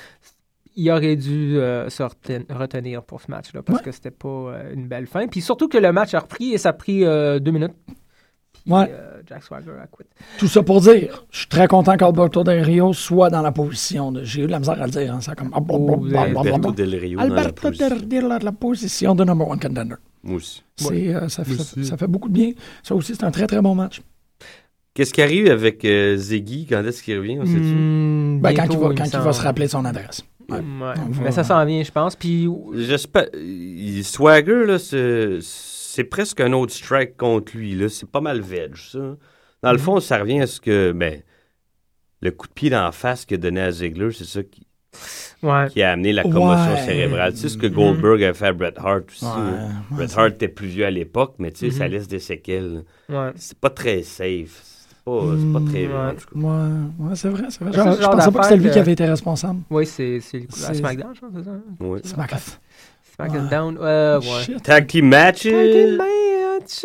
Il aurait dû euh, se retenir pour ce match-là parce ouais. que c'était pas euh, une belle fin. Puis surtout que le match a repris et ça a pris euh, deux minutes. Ouais. Puis, euh, Jack Swagger a quitté. Tout ça pour dire, je suis très content qu'Alberto Del Rio soit dans la position de... J'ai eu de la misère à le dire, hein, ça comme... Oh, Alberto Del Rio Alberto Del Rio dans la position de number one contender. Moi aussi. C'est, ouais. euh, ça, fait, ça, ça fait beaucoup de bien. Ça aussi, c'est un très, très bon match. Qu'est-ce qui arrive avec euh, Ziggy? Quand est-ce qu'il revient? On sait-tu? Mmh, ben, bientôt, quand il va, quand il va se rappeler de son adresse. Ouais. Ouais. Mais ça s'en vient, je pense. Puis... J'espère... Swagger, là, c'est... c'est presque un autre strike contre lui. Là. C'est pas mal veg, ça. Dans le fond, ça revient à ce que... Ben, le coup de pied d'en face qu'il a donné à Ziggler, c'est ça qui... Ouais. qui a amené la commotion ouais. cérébrale. Tu sais ce que Goldberg a fait à Bret Hart aussi. Ouais. Hein? Ouais, Bret c'est... Hart était plus vieux à l'époque, mais tu sais, mm-hmm. ça laisse des séquelles. Ouais. C'est pas très safe. C'est pas, c'est pas très mmh, bien. Ouais, ouais, c'est vrai. C'est vrai. Genre, je je pensais pas que c'était lui que... qui avait été responsable. Oui, c'est, c'est, c'est... c'est... SmackDown, je pense, c'est ça? Oui. SmackDown. SmackDown, euh, ouais. Tag Team Matches. Tag Team Match.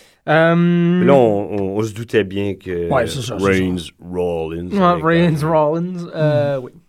Um... Là, on, on, on se doutait bien que ouais, c'est ça, Reigns, c'est ça. Rollins. Ouais, Reigns, Rollins. Euh, mm. Oui.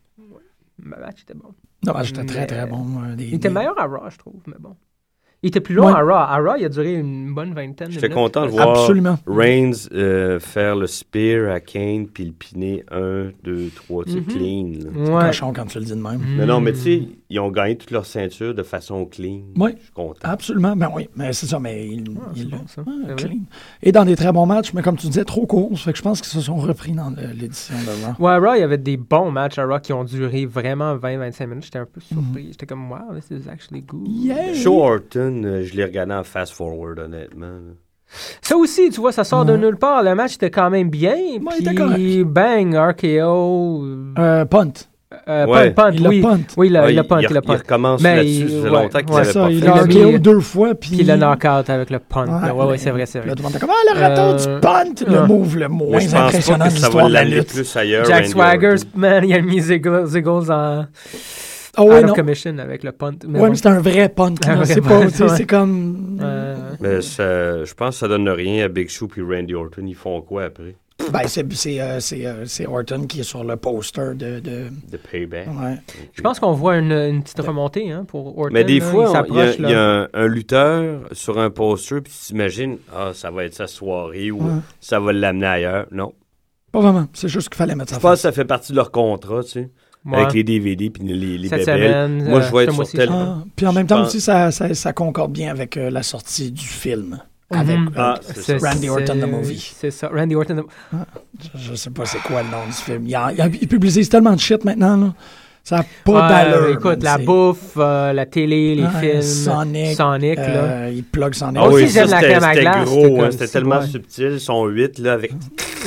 Le match était bon. Le match était très, très bon. Des, il des... était meilleur à Raw, je trouve, mais bon. Il était plus long ouais. à Raw. À Raw, il a duré une bonne vingtaine de J'étais minutes. content de voir Absolument. Reigns euh, faire le spear à Kane puis le piner un, deux, trois, tu sais, mm-hmm. clean. C'est ouais. cochon quand tu le dis de même. Mm. Non, non, mais tu sais, ils ont gagné toute leur ceinture de façon clean. Oui. Je suis content. Absolument. Ben oui, mais c'est ça, mais il, ah, il bon, ça. Ah, clean. Et dans des très bons matchs, mais comme tu disais, trop courts. Fait que je pense qu'ils se sont repris dans l'édition de Raw. Ouais, Raw, il y avait des bons matchs à Raw qui ont duré vraiment vingt à vingt-cinq minutes. J'étais un peu surpris. Mm. J'étais comme, wow, this is actually good. Yeah. Show Orton, euh, je l'ai regardé en fast-forward, honnêtement. Ça aussi, tu vois, ça sort ouais. de nulle part. Le match était quand même bien. Ouais, puis, bang, R K O. Euh, punt. Euh, ouais. punt, punt, il oui. Punt. Oui, il a, ouais, il a punt, il, il a punt. Il recommence mais là-dessus, il, ça fait ouais, longtemps qu'il ouais, l'avait ça, pas il fait. a R K O deux fois, puis... Puis le knockout avec le punt. Ouais, ouais, ouais c'est vrai, c'est vrai. Là, tout le monde était comme, ah, le retour euh, du punt, le move le moins je impressionnant pense pas que de ça va l'aller plus ailleurs. Jack Swagger, man, il a mis Ziggles en... Oh, oui, out non. of commission avec le punt. Oui, bon. mais c'est un vrai punt. Là. C'est pas, ouais. c'est comme... Euh... Mais ça, je pense que ça donne rien à Big Show puis Randy Orton. Ils font quoi après? Ben, c'est, c'est, euh, c'est, euh, c'est Orton qui est sur le poster de... De, de Payback. Ouais. Okay. Je pense qu'on voit une, une petite remontée hein, pour Orton. Mais des là, fois, il y a, là. y a un, un lutteur sur un poster puis tu t'imagines, ah, ça va être sa soirée ou ouais. ça va l'amener ailleurs. Non. Pas vraiment. C'est juste qu'il fallait mettre ça. Je pense que ça fait partie de leur contrat, tu sais. Ouais. Avec les D V D puis les, les bébelles. Moi, je vais être sur tel... Ah, puis en même temps aussi, ça, ça, ça concorde bien avec euh, la sortie du film. Avec mm-hmm. euh, ah, c'est Randy c'est, Orton, The Movie. C'est ça, Randy Orton, The... ah, je, je sais pas c'est quoi le nom du film. Il, a, il, a, il publicise tellement de shit maintenant, là. Ça n'a pas ah, d'allure. Écoute, la c'est... bouffe, euh, la télé, les ah, films, Sonic. Sonic, euh, là. Il plug Sonic. Ah oui, aussi, j'aime ça, la crème à glace. Gros, c'était, hein, c'était tellement ouais. subtil. Ils sont huit, là, avec...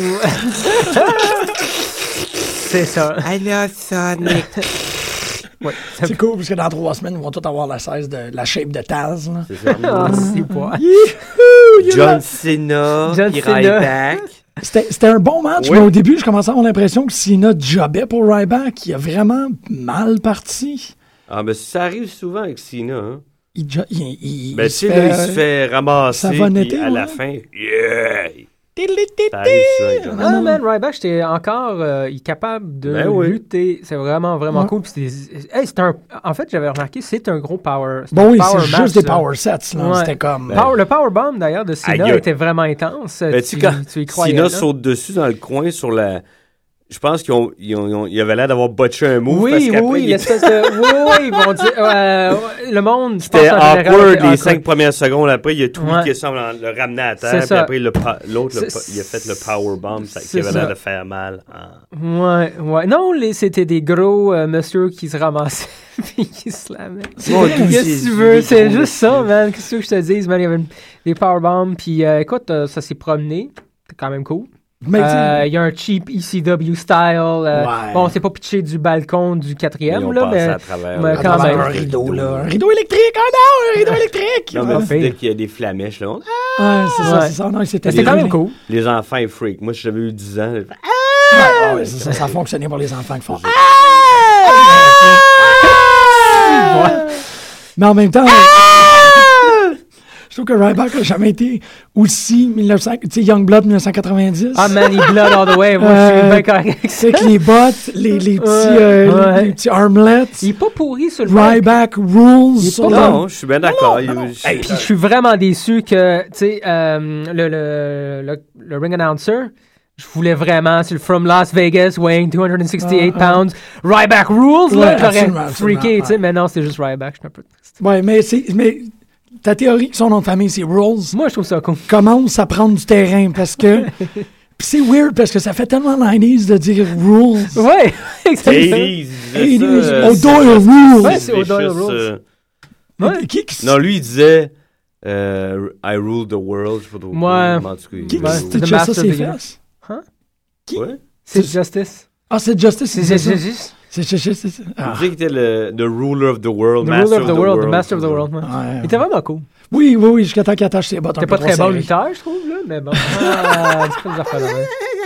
C'est ça. I love Sonic. Ouais, c'est fait... cool parce que dans trois semaines, ils vont tous avoir la size de la shape de Taz. Là. C'est ça. oh, c'est pas. John Cena, John puis Ryback. C'était, c'était un bon match, oui. mais au début, je commençais à avoir l'impression que Cena jobbait pour Ryback. Il a vraiment mal parti. Ah, mais ça arrive souvent avec Cena. Hein? Il, jo- il, il, ben, il, se fait, il se fait ramasser puis à ouais. la fin, yeah! Ça ça, non, non, man, Ryback, j'étais encore euh, il est capable de ben oui. lutter. C'est vraiment, vraiment ouais. cool. Puis c'était, hey, c'était un, en fait, j'avais remarqué, c'est un gros power. Bon, oui, power c'est match, juste ça. des power sets. Là. Ouais. C'était comme... Ben, power, le powerbomb, d'ailleurs, de Cena Aïe. était vraiment intense. Ben, tu, quand tu y croyais. Cena saute dessus dans le coin sur la... Je pense qu'ils ont, ils ont, ils avaient l'air d'avoir botché un move. Oui, parce oui, il... l'espèce de... Oui, oui, ils vont dire... Euh, le monde, c'était je pense, awkward général, les awkward. cinq premières secondes. Après, il a tweaké ouais. ça, le ramener à terre. Puis après, le, l'autre, le, il a fait le powerbomb qui avait l'air de faire mal. Ah. Ouais, ouais. Non, les, c'était des gros euh, monsieur qui se ramassaient puis qui se slamaient. Oh, qu'est-ce que tu veux? C'est juste ça, man. Qu'est-ce que je te dis, man? Il y avait une, des powerbombs. Puis euh, écoute, euh, ça s'est promené. C'est quand même cool. Il euh, y a un cheap E C W style. Euh, ouais. Bon, c'est pas pitché du balcon du quatrième, là, mais, à travers, mais là, quand même. Un rideau, là. Un rideau électrique. Oh non, un rideau électrique. Non, mais ouais. dès qu'il y a des flamèches, là. On... Ah, c'est ça, ouais. c'est ça. Non, c'était c'est quand même cool. Les enfants, ils freak. Moi, j'avais eu dix ans. Ah! Ouais, ouais, c'est ça, ça a fonctionné pour les enfants qui font. Ah! Ah! Ouais. Mais en même temps. Ah! Je trouve que Ryback n'a jamais été aussi mille neuf cents, tu sais, Youngblood dix-neuf cent quatre-vingt-dix. Ah, man, il blood all the way. Moi, Euh, je suis bien correct avec ça. C'est que les bottes, les, les petits, euh, Ouais. les, les petits armlets. Il est pas pourri sur le mic. Ryback rules. Il est sur pas- le- Non, je suis bien d'accord. Il- je- Hey, puis je suis vraiment déçu que, tu sais, euh, le, le, le, le ring announcer, je voulais vraiment, c'est le From Las Vegas, weighing two hundred sixty-eight Ah, ah. pounds, Ryback rules, Ouais, là, j'aurais absolument, absolument, freaké, tu sais, ouais. mais non, c'est juste Ryback, je suis un peu triste. Ouais, mais c'est, mais ta théorie que son nom de famille, c'est Rules, Moi, je trouve ça cool. commence à prendre du terrain parce que. Puis c'est weird parce que ça fait tellement nineties de dire Rules. Ouais, exactement. eighties, il disait eighties, ça, euh, O'Doyle c'est- Rules. Ouais, c'est O'Doyle juste, Rules. euh, Ouais. Qui, qui, Non, lui, il disait euh, I rule the world. Je sais pas trop Ouais. quoi, mais en tout cas, il- qui, Ouais, qui c'est se The titchait ça Master ses of the Universe. fesses? Qui? Ouais. C'est Justice. Ah, c'est Justice. C'est C'est ça. Justice. C'est c'est- c'est- c'est- Il ah. disait qu'il était le the ruler of the world, The master Ruler of the World, the Master of the World. ouais. Ouais. Il était vraiment cool. Oui, oui, oui, jusqu'à temps qu'il attache ses bottes. un T'es peu pas trop très bon serrées. lutteur, je trouve, là, mais bon. Ah, c'est pas des affaires de même.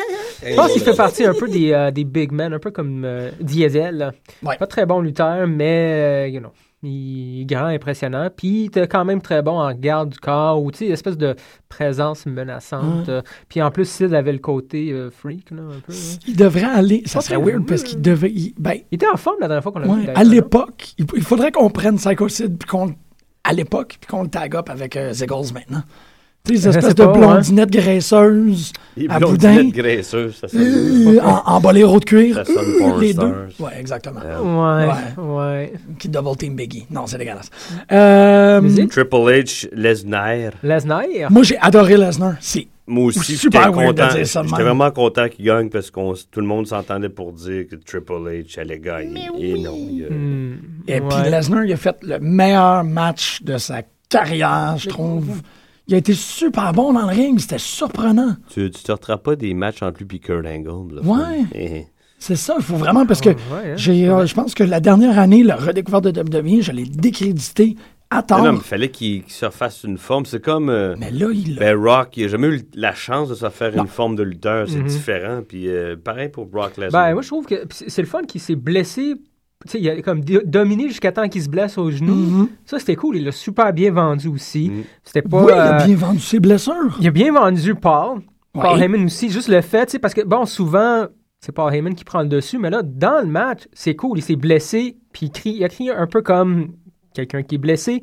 Je pense qu'il fait partie un peu des, euh, des big men, un peu comme euh, Diesel. là. Ouais. Pas très bon lutteur, mais, euh, you know, il est grand, impressionnant. Puis il était quand même très bon en garde du corps, ou, tu sais, espèce de présence menaçante. Ouais. euh, puis en plus, Sid avait le côté euh, freak, là, un peu. là. Il devrait aller. Ça Pas serait très weird weird. parce qu'il devait. il- ben, Il était en forme la dernière fois qu'on l'a vu. ouais, d'ailleurs, à non? l'époque, il, il faudrait qu'on prenne Psycho Sid puis qu'on. À l'époque, puis qu'on le tag up avec euh, Ziggles maintenant. Tu sais, ces Je espèces sais de pas, ouais. blondinettes graisseuses Il à blondinette boudin. graisseuse, ça sonne. euh, en, en boléro de cuir. Ça sonne euh, porn les stars. deux. Ouais, exactement. Euh, Ouais, ouais. Qui double team Biggie. Non, c'est dégueulasse. Euh, Musique? Triple H, Lesnar. Lesnar. moi, j'ai adoré Lesnar. C'est Moi aussi, Super j'étais weird de content. dire ça de J'étais même. vraiment content qu'il gagne parce que tout le monde s'entendait pour dire que Triple H allait gagner. Et non. il a- Hmm, Et puis ouais. Lesnar, il a fait le meilleur match de sa carrière, je trouve. Il a été super bon dans le ring, c'était surprenant. Tu, tu te retrouves pas des matchs entre lui et Kurt Angle. là, Ouais. Eh, C'est ça, il faut vraiment, parce que Ouais, hein, j'ai, euh, je pense que la dernière année, la redécouverte de W W E, je l'ai décrédité à Non, tort. non, mais il fallait qu'il qu'il se refasse une forme. C'est comme euh, Mais là, il a... ben, Rock, il n'a jamais eu la chance de se faire Non. une forme de lutteur. C'est Mhm. différent. Puis euh, pareil pour Brock Lesnar. Ben, moi, je trouve que pis c'est c'est le fun qu'il s'est blessé. Tu sais, il a comme do- dominé jusqu'à temps qu'il se blesse au genou. Mhm. Ça, c'était cool. Il l'a super bien vendu aussi. Mhm. C'était pas. Oui, il a euh, bien vendu ses blessures. il a bien vendu Paul. Paul Ouais. Heyman aussi. Juste le fait, tu sais, parce que, bon, souvent, c'est Paul Heyman qui prend le dessus, mais là, dans le match, c'est cool. Il s'est blessé, puis il, crie, il a crié un peu comme quelqu'un qui est blessé.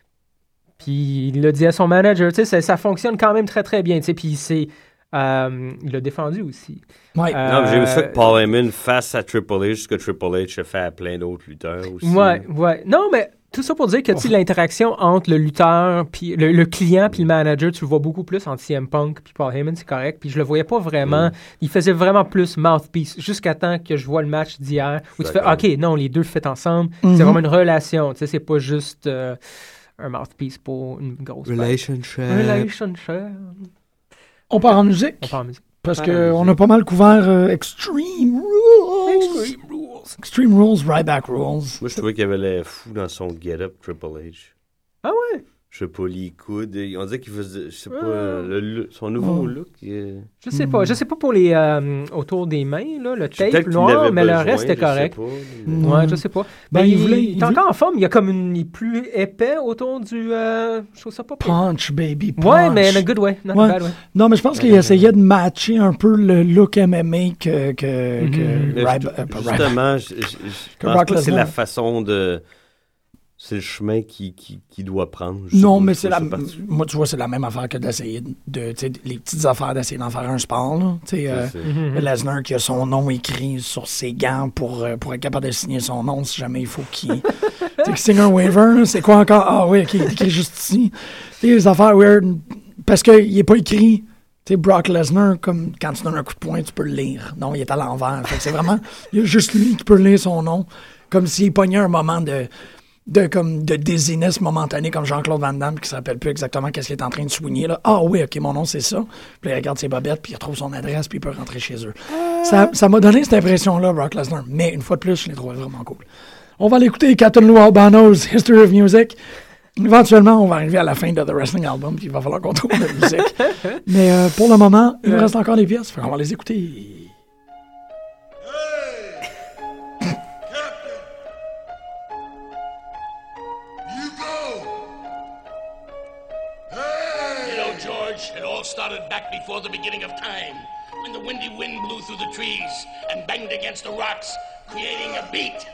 Puis il l'a dit à son manager, tu sais, ça, ça fonctionne quand même très, très bien, tu sais. Puis c'est. euh, il l'a défendu aussi. Ouais. Euh, Non, mais j'ai aimé ça que Paul Heyman face à Triple H, ce que Triple H a fait à plein d'autres lutteurs aussi. Ouais, ouais. Non, mais tout ça pour dire que tu sais, l'interaction entre le lutteur, puis le, le client, puis le manager, tu le vois beaucoup plus entre C M Punk puis Paul Heyman, c'est correct. Puis je le voyais pas vraiment. Mm. Il faisait vraiment plus mouthpiece jusqu'à temps que je vois le match d'hier où tu fais, D'accord. OK, non, les deux fit ensemble. Mhm. C'est vraiment une relation. Tu sais, c'est pas juste euh, un mouthpiece pour une grosse fête. Relationship. Relationship. On part en musique, On parle en musique. parce part en qu'on musique. a pas mal couvert euh, Extreme Rules. Extreme Rules. Extreme Rules, Ryback Rules. Moi, je trouvais qu'il avait l'air fou dans son get-up, Triple H. Ah ouais? Je sais pas, les coudes. On dirait qu'il faisait, je sais pas, Ah. euh, le look- son nouveau Oh. look. il- Je sais pas. Je sais pas pour les euh, autour des mains, là, le Peut-être tape qu'il noir, l'avait mais le besoin, reste était je sais correct. pas, Mm. Ouais, je sais pas. Ben, Ben, il il, voulait- il il est voulait- encore en forme. Il y a comme une, il est plus épais autour du. Euh, je trouve ça pas pire. Punch, baby, punch. Ouais, mais in a good way, not Ouais. a bad way. Non, mais je pense qu'il essayait de matcher un peu le look M M A que, que, Mhm. que Mais Ryb- ju- euh, pas Ryback. Justement, je, je, je Que pense Brock pas que c'est Lesnar. la façon de... C'est le chemin qu'il qui, qui doit prendre. Je Non, sais pas, mais je c'est trouve la. ça parti- Moi, tu vois, c'est la même affaire que d'essayer de. Tu sais, les petites affaires d'essayer d'en faire un sport, là. Tu sais, euh, c'est- Mhm. Lesnar qui a son nom écrit sur ses gants pour, euh, pour être capable de signer son nom si jamais il faut qu'il. tu sais, qu'il signe un waiver, là, c'est quoi encore? Ah oui, ok, il est écrit juste ici. Tu sais, les affaires weird. Parce qu'il n'est pas écrit. Tu sais, Brock Lesnar, comme quand tu donnes un coup de poing, tu peux le lire. Non, il est à l'envers. Fait que c'est vraiment. Il y a juste lui qui peut lire son nom. Comme s'il pognait un moment de. de comme de dizziness momentanée comme Jean-Claude Van Damme qui ne se rappelle plus exactement qu'est-ce qu'il est en train de soigner là. Ah oui, ok, mon nom c'est ça. Puis là, il regarde ses bobettes, puis il retrouve son adresse, puis il peut rentrer chez eux. Ça, ça m'a donné cette impression-là, Brock Lesnar. Mais une fois de plus, je l'ai trouvé vraiment cool. On va l'écouter, Captain Lou Albano's History of Music. Éventuellement, on va arriver à la fin de The Wrestling Album, puis il va falloir qu'on trouve la musique. Mais euh, pour le moment, il nous reste encore des pièces. Fait qu'on va les écouter. You go. Hey, started back before the beginning of time, when the windy wind blew through the trees and banged against the rocks, creating a beat.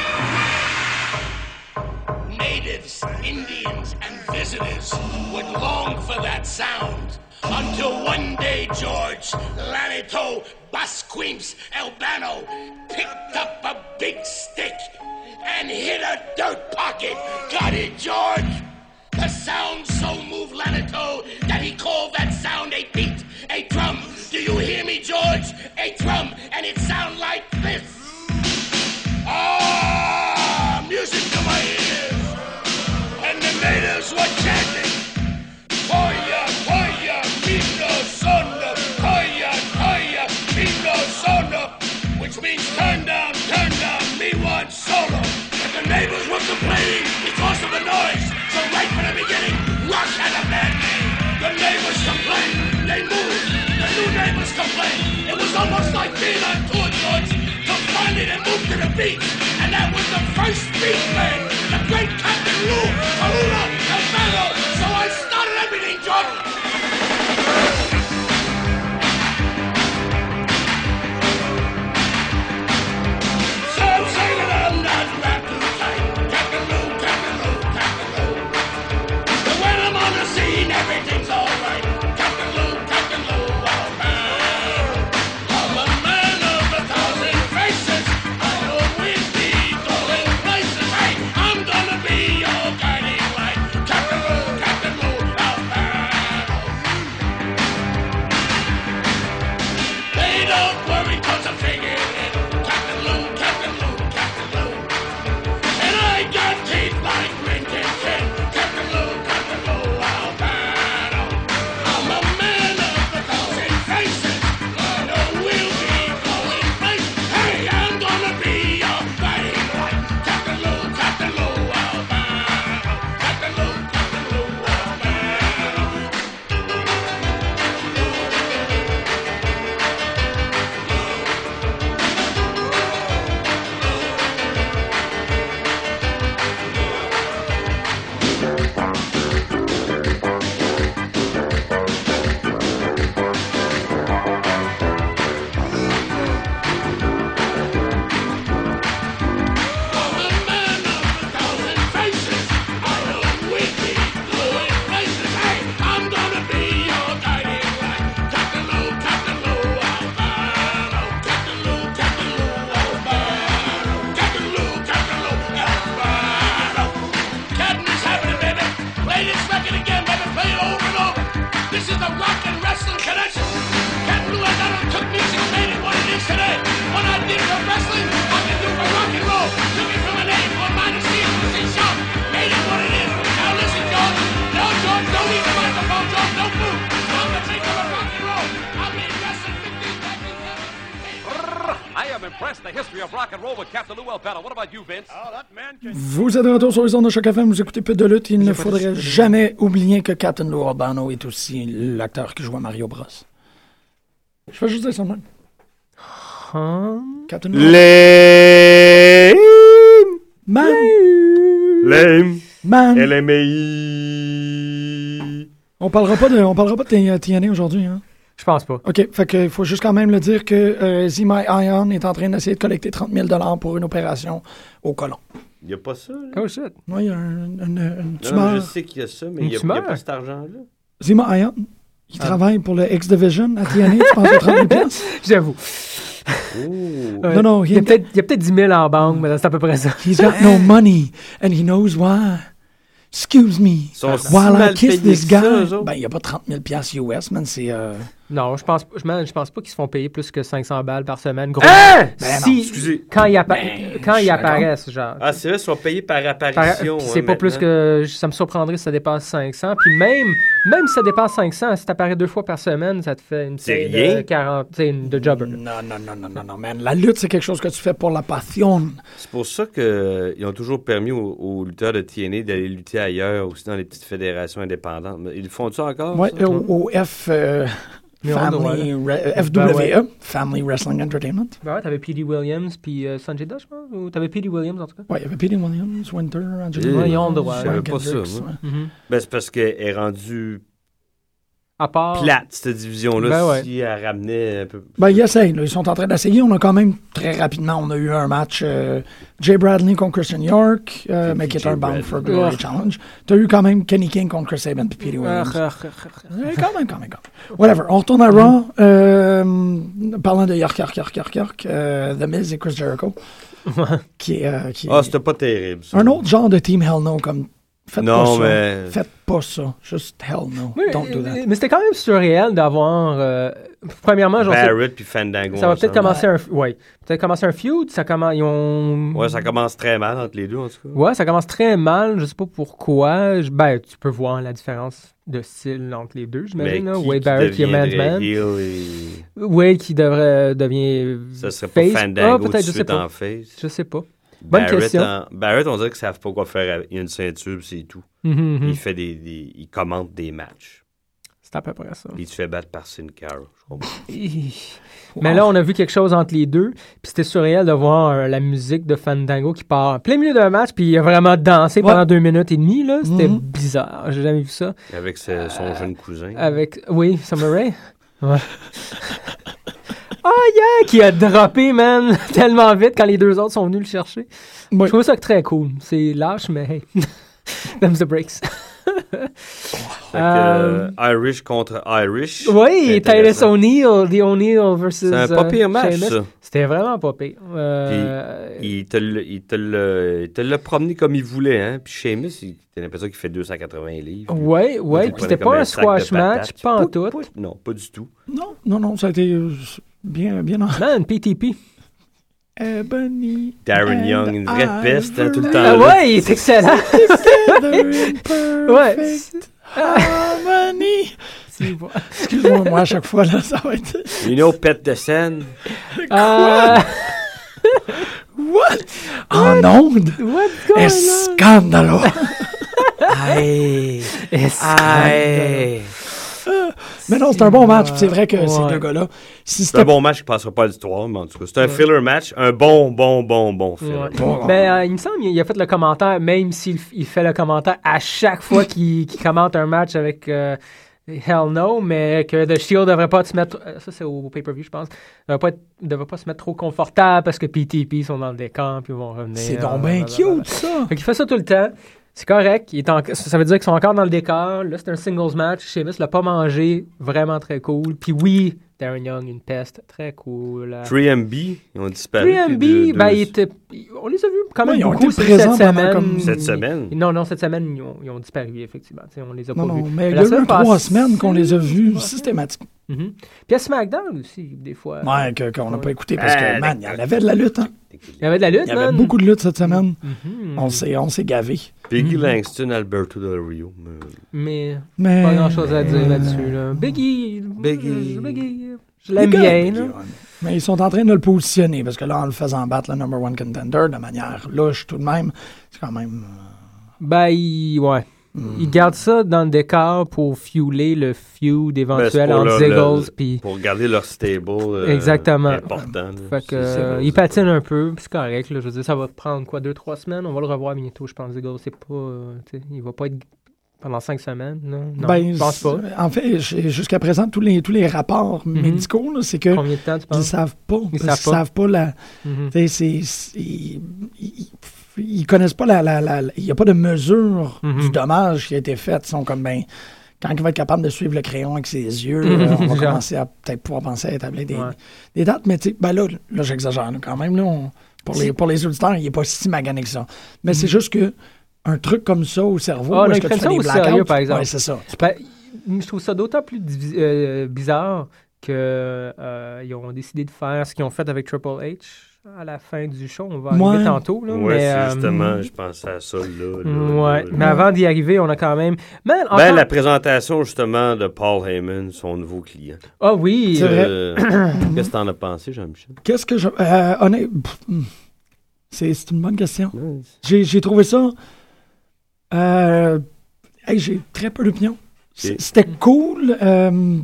Natives, Indians, and visitors would long for that sound. Until one day, George, Lanito, Basquimps, Albano picked up a big stick and hit a dirt pocket. Got it, George? The sound so moved Lanito that he called that sound a beat, a drum. Do you hear me, George? A drum, and it sound like this. Ah, music to my ears. And the natives were chanting, Koya, Koya, Mino Sono, Koya, Koya, Mino Sono, which means turn down, turn down, me one solo. And the neighbors were complaining because of the noise. So right from the beginning, Rock had a bad name. The neighbors complained, they moved. The new neighbors complained. It was almost like being on tour, George, to find it and move to the beat. And that was the first beat man, the great Captain Lou, Kalula, Albano. So I started everything, George. So I'm saying I'm not back to the time. Captain Lou, Captain Lou, Captain Lou. But when I'm on the scene, everything's alright. Captain Lou, Captain Lou, alright. I'm a man of a thousand faces. I know we'll be going places. Hey, I'm gonna be your guiding light. Captain Lou, Captain Lou, alright. They don't worry 'cause I figured it. Captain Lou, Captain Lou, Captain Lou. And I got teeth like Rin Tin Tin. Captain Lou, Captain Lou, Albano. I'm a man of a thousand faces. I know we'll be going places. Hey, I'm gonna be your guiding light. Captain Lou, Captain Lou, Albano. Captain Lou, Captain Lou, Albano. I'm a man of a thousand faces. I know we'll be going places. Hey, I'm gonna be your guiding light. Captain Lou, Captain Lou, Albano. Captain Lou, Captain Lou, Albano. Captain Lou, Captain Lou, Albano. Captain is happening, baby. Play this record again, baby. Play it over and over. This is the rock and wrestling connection. Captain Lou Albano took music and made it what it is today. What I did for wrestling, I can do for rock and roll. Took it from an A or minus C to C sharp. Made it what it is. Now listen, George. No, George, don't leave the microphone, George. Don't move. I'm the maker of rock and roll. I've been wrestling fifteen times. I am impressed. The history of rock and roll with Captain Lou Albano. What about you, Vince? Oh, that man can... Vous êtes de retour sur les ondes de Choc F M, vous écoutez Peu de lutte. Il ne faudrait jamais oublier que Captain Lou Albano est aussi l'acteur qui joue à Mario Bros. Je fais juste dire ça de même. Huh? Captain Lou Lame. Man! Lame. Man! L M A I. On parlera pas de, on parlera pas de T N A aujourd'hui, hein? Je pense pas. OK, fait que faut juste quand même le dire que euh, Zima Ion est en train d'essayer de collecter trente mille dollars pour une opération au côlon. Il n'y a pas ça, là? Oh shit. Oui, il y a un, une, une Non, tumeur. non, je sais qu'il y a ça, mais Une il n'y a, tumeur? a pas cet argent-là. Zima Ion, il Ah. travaille pour le X-Division à T N A, tu penses à trente mille piastres? J'avoue. Oh. Ouais. Non, non, il y a il- peut-être il y a peut-être dix mille en banque, mais c'est à peu près ça. He's got no money, and he knows why. Excuse me. sont si While I mal kiss payés this que ça, guy. eux autres. Ben, il n'y a pas trente mille piastres U S, man, c'est... Euh... Non, je pense, je, man, je pense pas qu'ils se font payer plus que cinq cents balles par semaine. Gros. Hein? Ben non, si, excusez. Quand ils appa- Ben, quand je ils suis apparaissent, genre. Ah, c'est vrai, ils sont payés par Par- apparition. puis hein, c'est pas plus maintenant. que. Ça me surprendrait si ça dépasse cinq cents. Puis même, même si ça dépasse cinq cents, si t'apparais deux fois par semaine, ça te fait une C'est paye rien. de quarante, tu sais, une- de jobber. Non, non, non, non, non, non, man. La lutte, c'est quelque chose que tu fais pour la passion. C'est pour ça qu'ils ont toujours permis aux, aux lutteurs de T N A d'aller lutter ailleurs, aussi dans les petites fédérations indépendantes. Mais ils font ça encore? Ouais, ça? au, au F... euh, Mais on Family, doit, Re- F W E, Family Wrestling Entertainment. Ben ouais, t'avais P D Williams puis euh, Sanjay Dutt, je pense. Ou t'avais P D Williams, en tout cas. Ouais, il y avait P D Williams, Winter, Angela. Euh, Ouais, ils ont le droit. je savais Frank pas ça, Hendricks, moi. ouais. Mhm. Ben, c'est parce qu'elle est rendue À part... plate, cette division-là, Ben ouais. si elle ramenait un peu... Ben, ils essayent, là. Ils sont en train d'essayer. On a quand même, très rapidement, on a eu un match euh, Jay Bradley contre Christian York, euh, mais qui est Jay un Bound Bradley. for Glory Ugh. Challenge. Tu as eu quand même Kenny King contre Chris Sabin et Petey Williams. Ah, Euh, quand même, quand même, quand même. Whatever. On retourne à Raw. Euh, parlant de York, York, York, York, York, euh, The Miz et Chris Jericho. qui est, euh, qui est Ah, c'était pas terrible, ça. un autre genre de Team Hell No, comme faites Non, pas ça. mais- Faites pas ça. Juste Hell No. Oui, Don't do that. mais c'était quand même surréel d'avoir... euh, premièrement, genre, c'est- Barrett puis Fandango ça va peut-être ensemble. commencer un... Ouais. Peut-être commencer un feud. Ça commence... Ils ont... Ouais, ça commence très mal entre les deux, en tout cas. Ouais, ça commence très mal. Je sais pas pourquoi. Je- Ben, tu peux voir la différence de style entre les deux, Mais j'imagine. là. qui, Wade qui Barrett qui est Man's deviendrait Man. heel et... Wade qui devrait devient Ça serait pas face. Fandango Ah, tout de peut-être, je sais suite pas. en face. Je sais pas. Bonne Barrett, question. en- Barrett, on dirait qu'ils savent pas quoi faire avec. Il y a une ceinture, puis c'est tout. Mhm, mhm. Il fait des, des- il commente des matchs. C'est à peu près ça. Puis il se fait battre par Sin Cara. Je comprends. Mais là, on a vu quelque chose entre les deux. Puis c'était surréel de voir euh, la musique de Fandango qui part en plein milieu d'un match. Puis il a vraiment dansé Ouais. pendant deux minutes et demie. Là. C'était Mhm. bizarre. J'ai jamais vu ça. Avec ce- son jeune cousin. Avec, oui, Summer Rae. Ouais. Oh yeah! Qui a droppé, man, tellement vite quand les deux autres sont venus le chercher. Oui. Je trouve ça très cool. C'est lâche, mais hey. Them's the breaks. Fait que, euh, Irish contre Irish. Oui, C'est Titus intéressant. O'Neill, The O'Neill versus. C'est un pas euh, pire match, Sheamus. ça. C'était vraiment pas pire. Euh, Il te l'a- il te l'a il te l'a promené comme il voulait, hein. Puis Sheamus, il- t'as l'impression qu'il fait deux cent quatre-vingts livres. Ouais, Il ouais, le puis c'était prenait comme pas un sac de squash match, patates. pas en Pout, tout. pout. Non, pas du tout. Non, non, non, ça a été euh, bien, bien en... Man, P T P. Ebony Darren and Young, une vraie Ivory. peste, hein, tout le temps. Ah là. ouais, il est excellent. Together in Ouais. perfect harmony. Excuse-moi, moi, à chaque fois, là, ça va être... You know, pète de scène. Euh, What? En onde? what's going on? Escandalo! Aïe! Aïe. Mais non, c'est un bon match. puis C'est vrai que Ouais. ces deux gars-là, si C'est un c'était bon match qui passera pas à l'histoire, mais en tout cas, c'est un filler match. Un bon, bon, bon, bon filler. Ouais. Bon. Ben, euh, il me semble qu'il a fait le commentaire, même s'il f- il fait le commentaire à chaque fois qu'il qu'il commente un match avec euh, Hell No, mais que The Shield devrait pas se mettre. euh, Ça, c'est au, au pay-per-view, je pense. Devrait pas, être- devrait pas se mettre trop confortable parce que P T P sont dans le décor puis ils vont revenir. C'est euh, donc bien blablabla. cute, ça! Fait qu'il fait ça tout le temps. C'est correct. Il est en- Ça veut dire qu'ils sont encore dans le décor. Là, c'est un singles match. Sheamus l'a pas mangé. Vraiment très cool. Puis oui, Darren Young, une peste. Très cool. Euh, trois M B, ils ont disparu. trois M B, les deux- ben, deux- il était- on les a vus quand même Ouais, ils ont beaucoup été cette présents pendant semaine. comme- Cette semaine? Non, non, cette semaine, ils ont, ils ont disparu, effectivement. Tu sais, on les a Non, pas non, vus. mais il y la a eu semaine trois passée- semaines qu'on les a vus systématiquement. Mhm. Puis à SmackDown aussi, des fois. Ouais, que- qu'on n'a Ouais. pas écouté parce que, Ah, man, il y en avait de la lutte, hein. Il y avait de la lutte, Il y avait man. beaucoup de lutte cette semaine. Mhm. On s'est, on s'est gavé. Biggie Langston, Alberto Del Rio. mais- Mais Mais... pas grand-chose à dire là-dessus. Là. Biggie, Biggie. euh, Biggie, je l'aime Les gars, bien. Biggie, là. ouais. Mais ils sont en train de le positionner parce que là, en le faisant battre le number one contender de manière louche tout de même, c'est quand même... euh, Ben, il, ouais. Hmm. Ils gardent ça dans le décor pour fueler le feud Ben, c'est éventuel pour entre leur- Ziggles leur- puis... Pour garder leur stable euh, Exactement. important. là. Fait que, C'est- euh, c'est il bon, patine un peu, puis c'est correct. Là, je veux dire, ça va prendre quoi, deux, trois semaines. On va le revoir bientôt, je pense. Ziggles, c'est pas, euh, tu sais, il va pas être pendant cinq semaines. Là. Non, Ben, je pense pas. c'est- En fait, j- jusqu'à présent, tous les, tous les rapports Mhm. médicaux, là, c'est que Combien de temps tu ils penses? savent pas. Ils parce savent qu'ils pas. savent pas la... Mhm. Tu sais, c'est- c'est- ils, ils- ils connaissent pas la... la- la- Il n'y a pas de mesure Mhm. du dommage qui a été fait. Ils sont comme, ben... Quand il va être capable de suivre le crayon avec ses yeux, Mhm. là, on va Genre. commencer à peut-être pouvoir penser à établir des, Ouais. des dates. Mais tu sais, ben là, là j'exagère là, quand même. Là, on- pour, les, pour les auditeurs, il n'est pas si magané que ça. Mais c'est juste que un truc comme ça au cerveau, Ah, où non, est-ce ils que tu prennent fais ça des au sérieux, blackouts? par exemple. Ouais, c'est ça. Ben, je trouve ça d'autant plus divi- euh, bizarre qu'ils ont décidé de faire ce qu'ils ont fait avec Triple H à la fin du show. On va arriver Ouais. tantôt. Là, Ouais, mais, c'est euh, justement, je pensais à ça, là. là, Ouais, là, mais là. avant d'y arriver, on a quand même... Man, Ben, encore- la présentation, justement, de Paul Heyman, son nouveau client. Ah oui! C'est vrai. Euh, Qu'est-ce que t'en as pensé, Jean-Michel? Qu'est-ce que je. Euh, honnête- pff, hmm. c'est, c'est une bonne question. J'ai, j'ai trouvé ça. Euh, hey, j'ai très peu d'opinion. C- Ok. C'était cool. euh,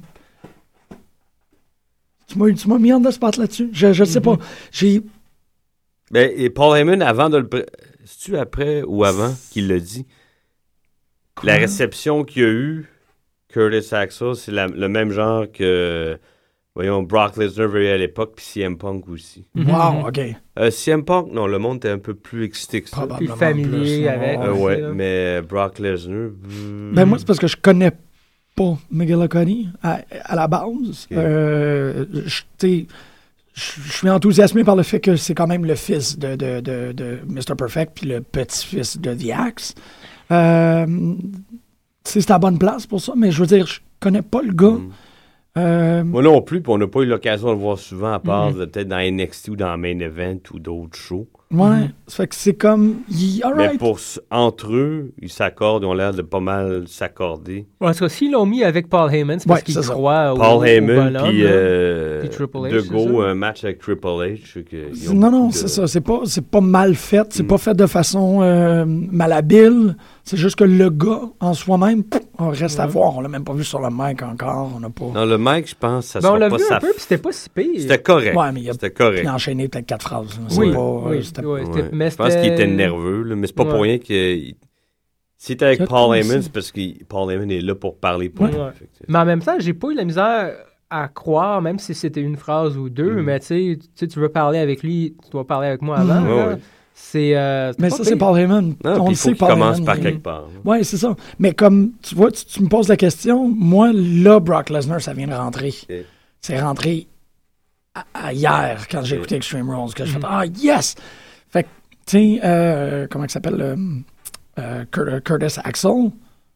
tu, m'as, tu m'as mis en deux spots là-dessus. Je je sais Mhm. pas. J'ai. Ben, et Paul Heyman, avant de le... pré- C'est-tu après ou avant qu'il l'a dit? La réception qu'il y a eu Curtis Axel, c'est la- le même genre que, voyons, Brock Lesnar veut y aller à l'époque, puis C M Punk aussi. Wow, OK. Euh, C M Punk, non, le monde était un peu plus excité que ça. Plus Probablement familier plus, avec. Euh, aussi, ouais, là. mais Brock Lesnar... hmm, Ben moi, c'est parce que je connais pas McGillicuddy à, à la base. Ok. Euh, je tu sais, je je suis enthousiasmé par le fait que c'est quand même le fils de, de, de, de mister Perfect puis le petit-fils de The Axe. Euh, tu sais, c'est à la bonne place pour ça, mais je veux dire, je connais pas le gars. hmm. Euh, Moi non plus, puis on n'a pas eu l'occasion de le voir souvent, à part Mhm. de- peut-être dans N X T ou dans Main Event ou d'autres shows. ouais, ça fait que c'est comme... il- all Mais right. pour s- entre eux, ils s'accordent, ils ont l'air de pas mal s'accorder. En tout cas, s'ils l'ont mis avec Paul Heyman, c'est parce Ouais, qu'ils c'est ça. croient au, Paul au Heyman, bonhomme, puis là. euh, Puis Triple H, de c'est go, ça? un match avec Triple H. que ils ont Non, non, beaucoup c'est de- ça. C'est pas, c'est pas mal fait. C'est Mm. pas fait de façon euh, malhabile. C'est juste que le gars, en soi-même, pff, on reste à Ouais. voir. On l'a même pas vu sur le mic encore. On n'a pas... Dans le mic, je pense, ça Ben, on sera l'a pas vu sa... un peu, puis c'était pas si pire. C'était correct. Ouais, mais il a C'était correct. il a enchaîné peut-être quatre phrases. là. C'est Oui, pas, euh, oui, c'était- ouais, c'était- Ouais. mais Je pense qu'il c'était- était nerveux, là, mais c'est pas pour Ouais. rien que... Si t'es avec Peut-être Paul aussi. Heyman, c'est parce que Paul Heyman est là pour parler pour Ouais. lui. Ouais. Fait que c'est- Mais en même temps, j'ai pas eu la misère à croire, même si c'était une phrase ou deux, Mm. mais tu sais, tu sais, tu veux parler avec lui, tu dois parler avec moi avant. Mhm. Ouais, là. ouais. C'est. euh, Mais pas ça, pire. c'est Paul Heyman. Non, On puis le il faut sait, qu'il Paul commence Heyman, par il- quelque part. là. Oui, c'est ça. Mais comme, tu vois, tu, tu me poses la question, moi, là, Brock Lesnar, ça vient de rentrer. Ok. C'est rentré à- à hier, quand j'ai Ok. écouté Extreme Rules, que je Mhm. fais « Ah, yes! » Fait que, tu sais, euh, comment il s'appelle, euh, euh, Cur- Curtis Axel,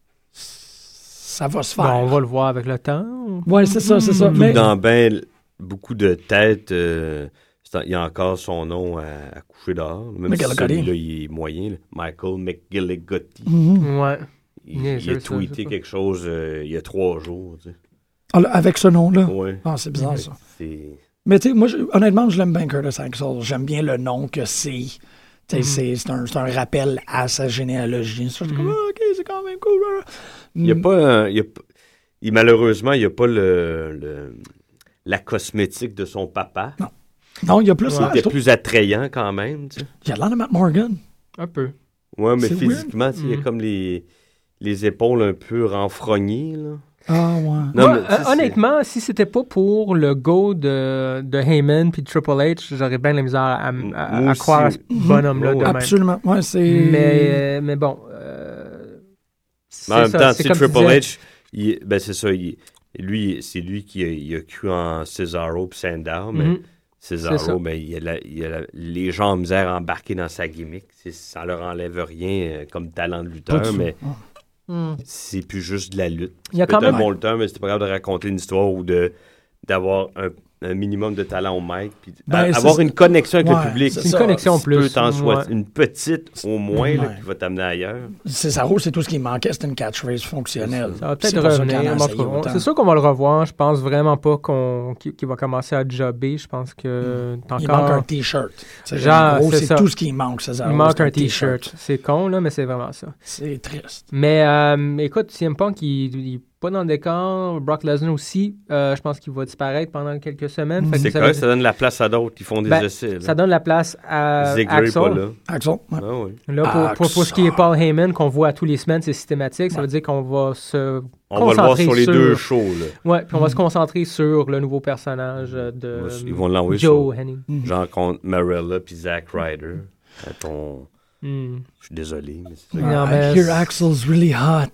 ça va se Bon, faire. on va le voir avec le temps. Ouais, c'est ça, c'est ça. Surtout Mais, que dans ben beaucoup de têtes, euh, c'est- il y a encore son nom à, à coucher dehors. Même si McGillicuddy. celui-là, il est moyen. là. Michael McGillicuddy. Mhm. Ouais. Il, Bien il sûr, a ça, tweeté je sais pas. quelque chose euh, il y a trois jours. Tu sais. Ah, là, avec ce nom-là. Ouais. Ah, c'est bizarre, ça. C'est... Mais tu sais, moi, je- honnêtement, je l'aime bien, Curtis Axel. J'aime bien le nom que c'est. Tu sais, Mhm. c'est- c'est un, c'est un rappel à sa généalogie. Ça, je suis comme, Mhm. Ah, OK, c'est quand même cool. là. Il y a pas... un- il y a pas- il- malheureusement, il n'y a pas le, le- la cosmétique de son papa. Non, il y a plus Il là. était plus attrayant quand même. Tu sais. Il y a l'air de Matt Morgan. Un peu. Ouais, mais C'est physiquement, tu sais, il y a Mhm. comme les, les épaules un peu renfrognées. Là. Ah, ouais. Non, Moi, mais, tu sais, euh, c'est- honnêtement, si c'était pas pour le go de, de Heyman puis de Triple H, j'aurais bien la misère à, à- à- Moi à croire à ce aussi. bonhomme-là Ouais, de ouais. même. Absolument. Ouais, c'est. Mais, mais bon. euh, c'est Mais en même ça, temps, c'est c'est comme tu Triple disais. H, il- ben c'est ça, il- lui, c'est lui qui a, il a cru en Cesaro et Sandow, mais Mhm. C'est ça. Cesaro, ben, il a la- il a la- les gens en misère à embarquer dans sa gimmick. C'est- Ça leur enlève rien euh, comme talent de Pas lutteur, du tout. mais Hmm. c'est plus juste de la lutte. Il y a C'est quand peut-être même- un bon lutteur, mais c'était pas grave de raconter une histoire ou de d'avoir un, un minimum de talent au mic, puis Ben, à- c'est avoir ça. une connexion avec Ouais, le public. c'est C'est une ça. connexion Tu plus. peux t'en choisir ouais. une petite au moins là, Ouais. qui va t'amener ailleurs. C'est ça, c'est tout ce qui manquait, c'était une catchphrase fonctionnelle. Ça va C'est peut-être pour ça qu'il revenir. en a mais en essayé tout cas, on- autant. C'est sûr qu'on va le revoir. Je pense vraiment pas qu'on qu'il qu'il va commencer à jobber. Je pense que t'as Il encore. manque un T-shirt. C'est Genre, en gros, c'est c'est ça. tout ce qui manque, César. Il manque un T-shirt. C'est con, là, mais c'est vraiment ça. C'est triste. Mais euh, écoute, C M Punk, il, il est pas dans le décor. Brock Lesnar aussi, euh, je pense qu'il va disparaître pendant quelques semaines. Fait que C'est ça, correct, veut- ça donne la place à d'autres qui font des Ben, essais. là. ça donne la place à Ziggler est Axel. pas là. Axel, ouais. Ah oui. Là, pour, pour, pour ce qui est Paul Heyman, qu'on voit à tous les semaines, c'est systématique. Ça veut dire qu'on va se On va le voir concentrer sur les sur- deux shows. Là. Ouais, puis on va se concentrer sur le nouveau personnage euh, de Ils vont l'envoyer Joe sur- Henning. Genre contre Marella puis Zack Ryder. À ton... Hmm. Je suis désolé, mais c'est ça. Non, I mais hear c'est- Axel's really hot.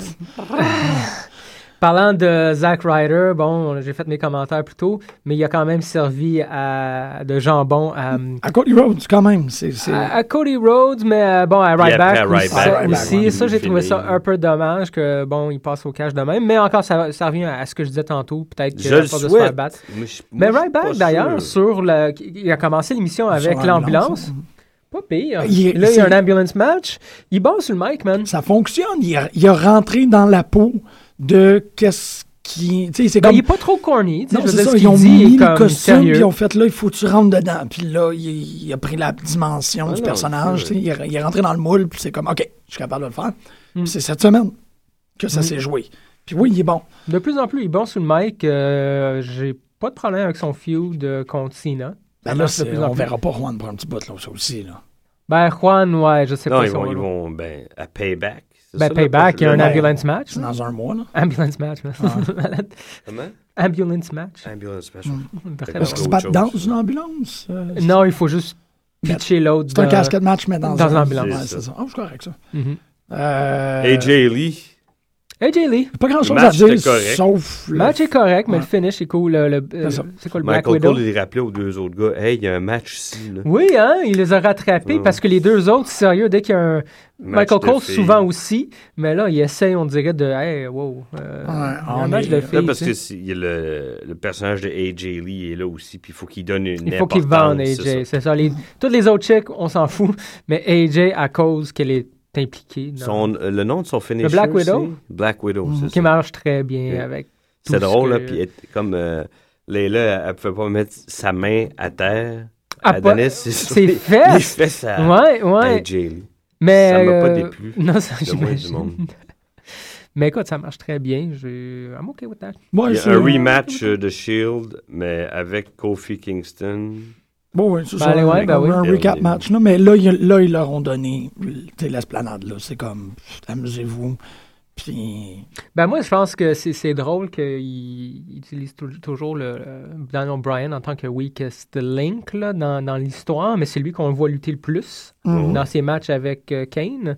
Parlant de Zack Ryder, bon, j'ai fait mes commentaires plus tôt, mais il a quand même servi à, de jambon à, À Cody Rhodes, quand même. C'est, c'est... à, à Cody Rhodes, mais euh, bon, à Puis Ryback après, à aussi. Ryback, Ryback, aussi. ouais, Ça, j'ai il trouvé finit. ça un peu dommage que, bon, il passe au cash de même, mais encore, ça, ça revient à ce que je disais tantôt, peut-être Je que le à force de se souhaite. faire battre. Mais, je- Mais moi, je suis pas Ryback, d'ailleurs, sûr. sur le, il a commencé l'émission avec Sur l'ambulance. hein. Pas pire. Il est- Là, il y a un c'est- ambulance match. Il bat sur le mic, man. Ça fonctionne. Il a, il a rentré dans la peau de qu'est-ce qui... Tu sais, c'est Ben, comme... il est pas trop corny. tu sais, Non, je veux c'est dire, ça, ce ils qu'il ont dit mis est le comme costume, sérieux. puis ils ont fait là, il faut que tu rentres dedans. Puis là, il, il a pris la dimension Ah du non, personnage. c'est tu sais, Il, est- il est rentré dans le moule, puis c'est comme, OK, je suis capable de le faire. Mm. Puis c'est cette semaine que ça Mm. s'est joué. Puis oui, il est bon. De plus en plus, il est bon sur le mic. Euh, j'ai pas de problème avec son feud euh, contre Cena. Ben Ça là, marche de c'est- plus en on plus. verra pas Juan pour un petit bout, là, ça aussi. Là. Ben, Juan, ouais, je sais Non, pas ils si on vont, va ils le- vont ben, à Payback. C'est Ben, ça, Payback, il y a un le- ambulance match. C'est là. dans un mois, là. Ambulance match. là. Comment? Ambulance match. Ambulance match. Très Est-ce qu'ils se autre battent chose. dans une ambulance? euh, Non, il faut juste pitcher l'autre. C'est un dans- casquette match, mais dans, dans un- l'ambulance. Ouais, C'est c'est ça. ça. Ah, c'est correct, ça. Mhm. Euh, A J Lee. A J Lee. Pas grand-chose Le à match dire, était correct. sauf... Le le- match est correct, mais Ouais. le finish est cool. Le, le- euh, C'est ça. c'est quoi le Black Michael Widow? Cole, il rappelait aux deux autres gars, hey, il y a un match ici. Là. Oui, hein, il les a rattrapés Ouais. parce que les deux autres, sérieux, dès qu'il y a un. Match Michael de Cole, filles. souvent aussi, mais là, il essaye, on dirait, de. Hey, wow. euh, Ouais, il y a on un match est- de Là, filles. Là, parce tu que sais. c'est- il y a le, le personnage de A J Lee est là aussi, puis il faut qu'il donne une Il faut qu'il vende A J, c'est ça. Les, toutes les autres chicks, on s'en fout, mais A J, à cause qu'elle est impliquée, dans- Son, euh, le nom de son finisher, Le Black Widow? c'est Black Widow, c'est qui ça. marche très bien Ouais. avec. C'est tout ce drôle, que- là, puis elle- comme euh, Layla, elle, elle pouvait pas mettre sa main à terre. Ah, elle pas- donnait ses, ses les- fesses. Les fesses à, Ouais, à ouais. A J Lee. Mais, Ça m'a pas euh, déplu. Non, ça, Le moins du j'imagine. monde. Mais écoute, ça marche très bien. Je... I'm okay with that. Ouais, Il y a c'est- un rematch euh, de Shield, mais avec Kofi Kingston. Bon, oui, c'est Ben, ça. allez, ouais, ben oui. un recap match, là, mais là, il- là, ils leur ont donné tu sais, l'esplanade. Là. C'est comme, pff, amusez-vous. Puis, Ben moi, je pense que c'est, c'est drôle qu'il utilise tou- toujours le, le Daniel Bryan en tant que weakest link là, dans, dans l'histoire, mais c'est lui qu'on voit lutter le plus Mhm. dans ses matchs avec euh, Kane.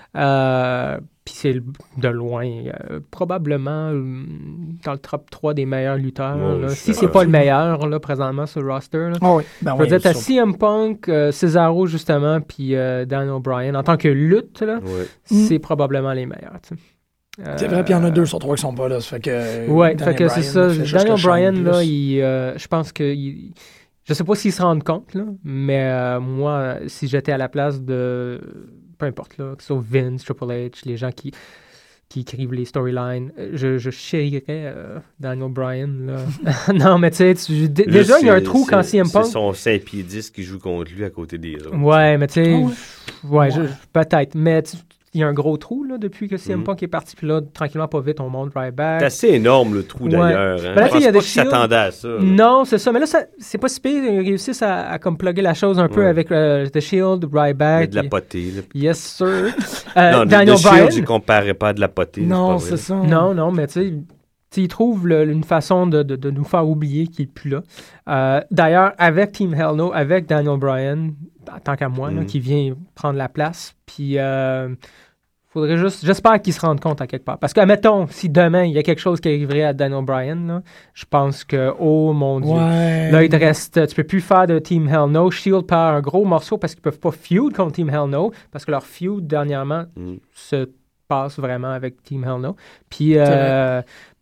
Euh, Puis c'est le- de loin, euh, probablement euh, dans le top trois des meilleurs lutteurs. Ouais, là. je Si suis c'est d'accord. pas le meilleur là, présentement sur le roster. Là. ah oui, ben Je veux oui, dire, t'as ça. C M Punk, euh, Cesaro justement, puis euh, Daniel Bryan. En tant que lutte, là, Ouais. c'est probablement les meilleurs. tu sais. C'est vrai, puis il y en a deux sur trois qui sont pas là. Ça fait que. Ouais, Daniel fait que c'est Bryan ça. fait juste Daniel que shine Bryan, là, plus. il, euh, je pense que. Il, je sais pas s'ils se rendent compte, là, mais euh, moi, si j'étais à la place de. Peu importe, là, que ce soit Vince, Triple H, les gens qui, qui écrivent les storylines, je, je chérirais euh, Daniel Bryan. Là. Non, mais tu sais, tu- d- Là, déjà, il y a un c'est- trou quand c'est- C M Punk. C'est son cinq pieds dix qui joue contre lui à côté des autres. Ouais, mais tu sais, Ah ouais, je- peut-être. Mais tu- il y a un gros trou là, depuis que C M Mhm. Punk est parti. Puis là, tranquillement, pas vite, on monte right back. C'est assez énorme le trou Ouais. d'ailleurs. Hein. Ben là, Je pense il y a pas des qu'ils s'attendaient à ça. là. Non, c'est ça. Mais là, ça, c'est pas si pire. Ils réussissent à, à comme plugger la chose un peu Ouais. avec euh, The Shield, Il y a Ryback. de la potée. Là. Yes, sir. Euh, non, Daniel de Bryan. Shield, je comparais pas à de la potée. Non, c'est c'est ça. Non, non, mais tu sais, tu sais, ils trouvent le- une façon de, de- de nous faire oublier qu'il n'est plus là. Euh, D'ailleurs, avec Team Hell No, avec Daniel Bryan, en tant qu'à moi, là, Mhm. qui vient prendre la place, puis euh, faudrait juste, j'espère qu'ils se rendent compte à quelque part. Parce que, admettons, si demain, il y a quelque chose qui arriverait à Daniel Bryan, là, je pense que, oh mon Dieu. Ouais. Là, il te reste, tu peux plus faire de Team Hell No. Shield perd un gros morceau parce qu'ils peuvent pas feud contre Team Hell No, parce que leur feud, dernièrement, Mm. se passe vraiment avec Team Hell No. Puis, euh,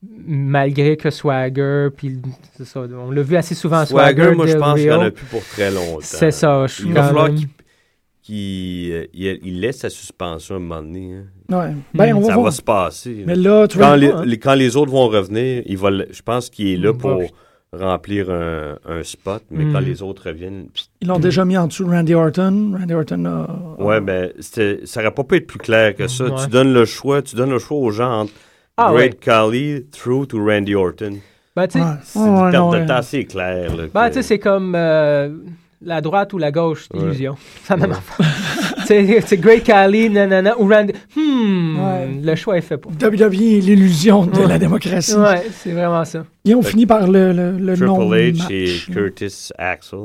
malgré que Swagger, puis c'est ça, on l'a vu assez souvent, Swagger, Swagger, moi, je Del pense qu'il n'y en Rio. a plus pour très longtemps. C'est ça, je suis Il va quand falloir même- qu'il qu'il, euh, il- il laisse sa suspension à un moment donné. hein. Ouais. Ben, on va Ça voir. va se passer. là. Mais là, tu Quand vois. les, pas, hein. les- quand les autres vont revenir, il va, le- je pense qu'il est là Mm, pour bah, remplir un, un spot, mais Mm. quand les autres reviennent... pst, Ils l'ont déjà mis en dessous de Randy Orton. Randy Orton a. ouais, ben, c'était- ça n'aurait pas pu être plus clair que ça. Ouais. Tu donnes le choix, tu donnes le choix aux gens entre Ah, Great ouais. Khali, through to Randy Orton. Ben, tu sais, Ouais. C'est Ouais, une ouais, perte non, de ouais. temps assez clair. Là, ben, que- tu sais, c'est comme euh, la droite ou la gauche, c'est Ouais. l'illusion. C'est la même affaire. Tu sais, c'est Great Khali, nanana, ou Randy. Hmm, Ouais. le choix est fait pas. W W E est l'illusion de Ouais. la démocratie. Ouais, c'est vraiment ça. Ils ont Fait fini par le, le, le Triple nom H et match. Curtis Axel.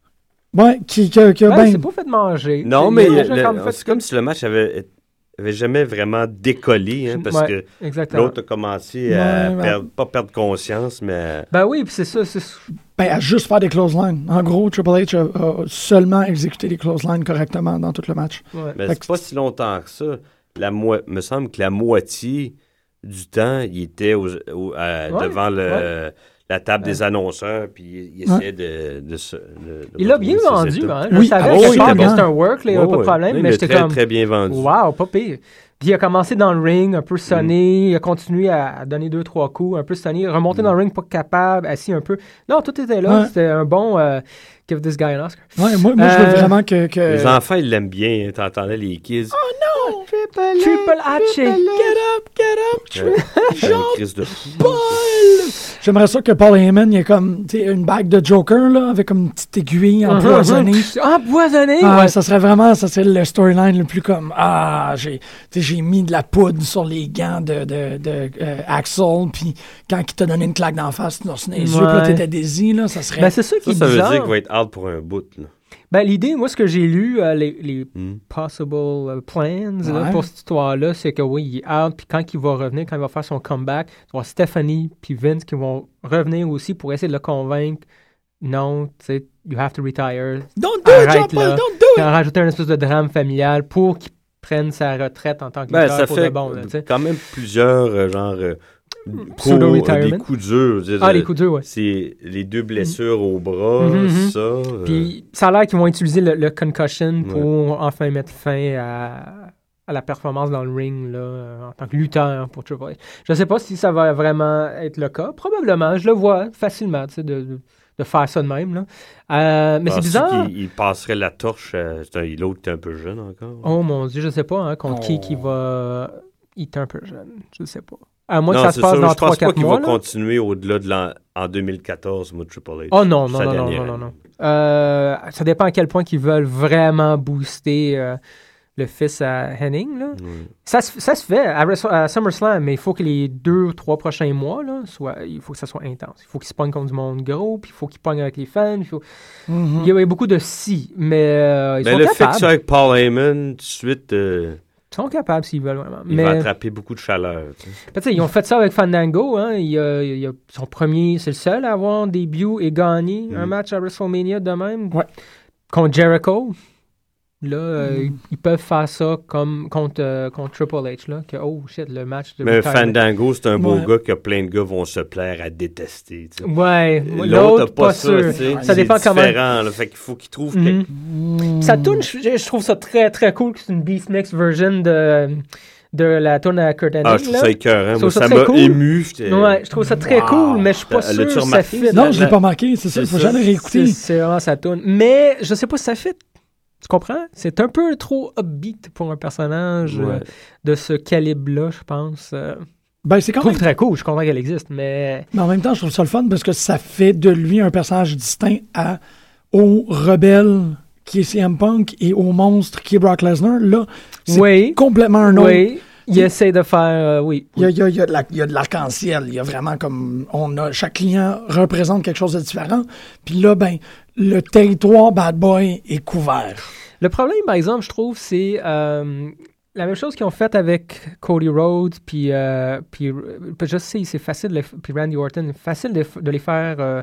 Ouais, qui, qui, qui a Ben, ben- c'est pas fait de manger. Non, C'est- mais il a le- déjà comme le- fait- c'est comme si le match avait, avait jamais vraiment décollé, hein, parce Ouais, que exactement. l'autre a commencé à Ouais, ouais. perdre, pas perdre conscience, mais Ben oui, puis c'est ça. C'est... ben, à juste faire des close lines. En gros, Triple H a, a seulement exécuté les close lines correctement dans tout le match. Ouais. Mais Fait c'est que- pas si longtemps que ça. La mo- me semble que la moitié du temps, il était aux- au- à- Ouais, devant le, ouais. la table Ouais. des annonceurs, puis il, il essayait de, de, se- de- de Il l'a bien retrouver ses vendu, états. hein. Oui, Je savais ah à oui, quelque part que tellement. c'était un work, là, il n'y avait Ouais, pas de ouais. problème, Il mais l'a j'étais très, comme, très bien vendu. wow, pas pire. Puis il a commencé dans le ring, un peu sonné, Mm. il a continué à, à donner deux, trois coups, un peu sonné, remonté dans le ring, pas capable, assis un peu. Non, tout était là, Ouais. c'était un bon euh, give this guy an Oscar. Ouais, moi, moi je veux Euh, vraiment que. que... Les enfants, ils l'aiment bien. hein. T'entendais les kids. Triple H! Get up, get up, euh, faire une crise de fou. Paul! J'aimerais ça que Paul Heyman, il ait comme tu sais, une bague de Joker, là, avec comme une petite aiguille empoisonnée. Empoisonnée, Ah, ouais. ça serait vraiment, ça serait le storyline le plus comme, ah, j'ai, tu sais, j'ai mis de la poudre sur les gants de, de, de euh, Axel, puis quand il t'a donné une claque d'en face, tu dans les yeux, puis là, Ouais. t'étais désir, là, ça serait... Ben, c'est ça qui Ça, est ça veut bizarre. dire qu'il va être out pour un bout. Là. Ben, l'idée, moi, ce que j'ai lu, euh, les, les Mm. possible euh, plans là, Ouais. pour cette histoire-là, c'est que oui, il est out, puis quand il va revenir, quand il va faire son comeback, tu vas avoir Stephanie puis Vince qui vont revenir aussi pour essayer de le convaincre. Non, tu sais, you have to retire. Don't do it, Arrête, Jean-Paul, là. don't do Puis it! en rajouter un espèce de drame familial pour qu'il prenne sa retraite en tant que Ben, lutteur ça pour fait de bon. Là, tu sais. quand même plusieurs, euh, genre, euh, Pseudo-retirement. des coups durs. je veux Ah, dire, les coups durs, ouais. C'est les deux blessures au bras, Mhm, mhm. ça. euh, Puis ça a l'air qu'ils vont utiliser le, le concussion pour enfin mettre fin à, à la performance dans le ring là, euh, en tant que lutteur pour Triple H. Je ne sais pas si ça va vraiment être le cas. Probablement, je le vois facilement, tu sais, de, de, de faire ça de même. Là. Euh, mais c'est penses-tu bizarre. qu'il- Il passerait la torche. à- c'est un- L'autre est un peu jeune encore. Oh mon Dieu, je sais pas hein, contre qui Oh. qui va... Il est un peu jeune, je sais pas. À moins non, que ça se c'est passe ça, dans je pense trois pas quatre qu'il mois. va là. continuer au-delà de l'an en deux mille quatorze, moi, Triple H. Oh non, non, Sa non, non, dernière non, non, année. non. Euh, ça dépend à quel point qu'ils veulent vraiment booster euh, le fils à Henning. Là. Oui. Ça, se- ça se fait à, Wrestle- à SummerSlam, mais il faut que les deux ou trois prochains mois, là, soient, il faut que ça soit intense. Il faut qu'ils se pognent contre du monde gros, puis il faut qu'ils pognent avec les fans. Il, faut... Mhm. il y a beaucoup de si, mais euh, ils Mais sont le fait que capables. ça avec Paul Heyman, tout de suite, euh, Ils sont capables s'ils veulent vraiment. il mais va attraper beaucoup de chaleur. tu sais. ben, tu sais, ils ont fait ça avec Fandango. Hein. Il, a, il a son premier, c'est le seul à avoir début et gagné un Mm. match à WrestleMania de même. Ouais. Contre Jericho. Là, euh, Mm. ils peuvent faire ça comme contre, euh, contre Triple H. Là, que, oh shit, le match de Mais retirement. Fandango, c'est un beau Ouais. gua que plein de gars vont se plaire à détester. tu sais. Ouais, L'autre l'autre, a pas, pas ça. sûr. tu sais. Ça C'est dépend comment. différent. Là, fait qu'il faut qu'il trouve Mhm. quelque- Mm. Ça tourne, je, je trouve ça très très cool que c'est une Beast Mix version de, de la tune à Kurt Hennig. Ah, je trouve là. ça écœurant. Je Moi, trouve ça ça très m'a cool. ému. j'étais- Ouais, je trouve ça très Wow. cool, mais je suis pas L'as-tu sûr que ça remarqué? fit. Non, la- je l'ai pas remarqué, c'est ça, il c'est faut ça. jamais réécouter. C'est c'est vraiment sa tune. Mais je sais pas si ça fit. Tu comprends? C'est un peu trop upbeat pour un personnage Ouais. euh, de ce calibre-là, je pense. Euh, Ben, c'est je quand trouve même... très cool, je suis content qu'elle existe, mais... Mais en même temps, je trouve ça le fun parce que ça fait de lui un personnage distinct à, au rebelle qui est C M Punk et au monstre qui est Brock Lesnar. Là, c'est Oui, complètement un autre. oui, il essaie de faire... euh, oui. Il y a, il y a- il y a de la- il y a de l'arc-en-ciel. Il y a vraiment comme. On a, chaque client représente quelque chose de différent. Puis là, ben, le territoire Bad Boy est couvert. Le problème, par exemple, je trouve, c'est euh, la même chose qu'ils ont fait avec Cody Rhodes, puis, euh, puis puis je sais, c'est facile, de les- puis Randy Orton, facile de, de les faire euh,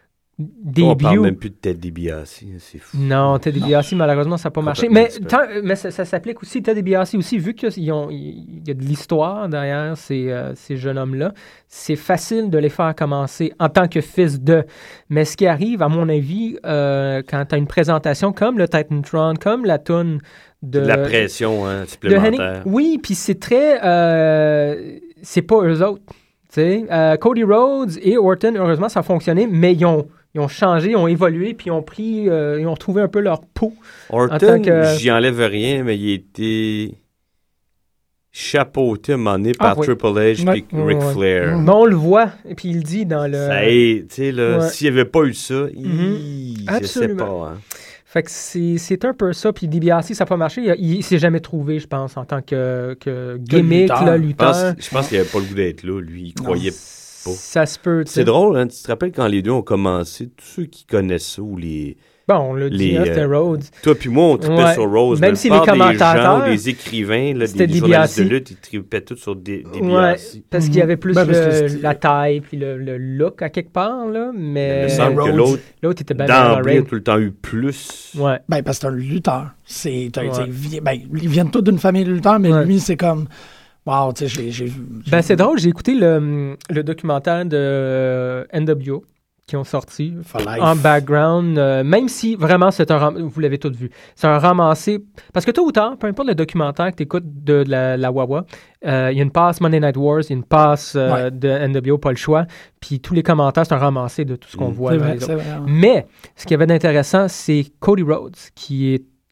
On parle début. même plus de Ted DiBiase. C'est fou. Non, Ted DiBiase, malheureusement, ça n'a pas marché. Complètement Mais, différent. tant- mais ça, ça s'applique aussi, Ted DiBiase aussi, vu qu'il y a de l'histoire derrière ces, euh, ces jeunes hommes-là, c'est facile de les faire commencer en tant que fils de. Mais ce qui arrive, à mon avis, euh, quand tu as une présentation comme le Titantron, comme la toune de... De la pression hein, de Hennig. supplémentaire. Oui, puis c'est très... euh, c'est pas eux autres. tu sais. Euh, Cody Rhodes et Orton, heureusement, ça a fonctionné, mais ils ont... Ils ont changé, ils ont évolué, puis ils ont pris, euh, ils ont retrouvé un peu leur peau. En tant Orton, que- j'y enlève rien, mais il a été chapeauté à un moment donné Ah, par oui. Triple H Ouais. et Ric Ouais. Flair. Mais on le voit, et puis il le dit dans le... Ça est, tu sais, là, Ouais. s'il n'y avait pas eu ça, hi, Mhm. je sais Absolument. pas. Hein. Fait que c'est, c'est un peu ça. Puis DiBiase, ça n'a pas marché. Il, il s'est jamais trouvé, je pense, en tant que, que gimmick, lutteur. là, Je lutteur. pense, je pense qu'il n'avait pas le goût d'être là, lui. Il croyait. Ça se peut, tu sais. C'est drôle, hein? Tu te rappelles quand les deux ont commencé, tous ceux qui connaissent ça, ou les. Bon, on l'a dit, les, hein, c'était euh, Rhodes. Toi puis moi, on trippait Ouais. sur Rose. Même mais si la les plupart des commentateurs, gens, des écrivains, là, c'était des journalistes de DiBiase. lutte, ils trippaient tous sur des, des Ouais, Biassi. parce qu'il y avait plus Ben, parce que le- c'était- la taille puis le, le look à quelque part, là. Il Mais me semble que Rhodes, l'autre, l'autre était bien dans le d'emblée, a ring. tout le temps eu plus. Ouais. Ben, parce que c'est un lutteur. C'est, t'as- Ouais. t'sais, vi- ben, ils viennent tous d'une famille de lutteurs, mais Ouais. lui, c'est comme. Wow, tu sais, j'ai, j'ai, j'ai- Ben, c'est drôle, j'ai écouté le, le documentaire de euh, N W O qui ont sorti For life. en background, euh, même si vraiment c'est un ram- vous l'avez tous vu, c'est un ramassé, parce que tôt ou tard, peu importe le documentaire que tu écoutes de, de la, la Wawa, euh, il y a une passe Monday Night Wars, il y a une passe euh, Ouais. de N W O, pas le choix, puis tous les commentaires, c'est un ramassé de tout ce qu'on Mm. voit C'est dans vrai, les c'est autres. vrai. Mais ce qu'il y avait d'intéressant, c'est Cody Rhodes, qui est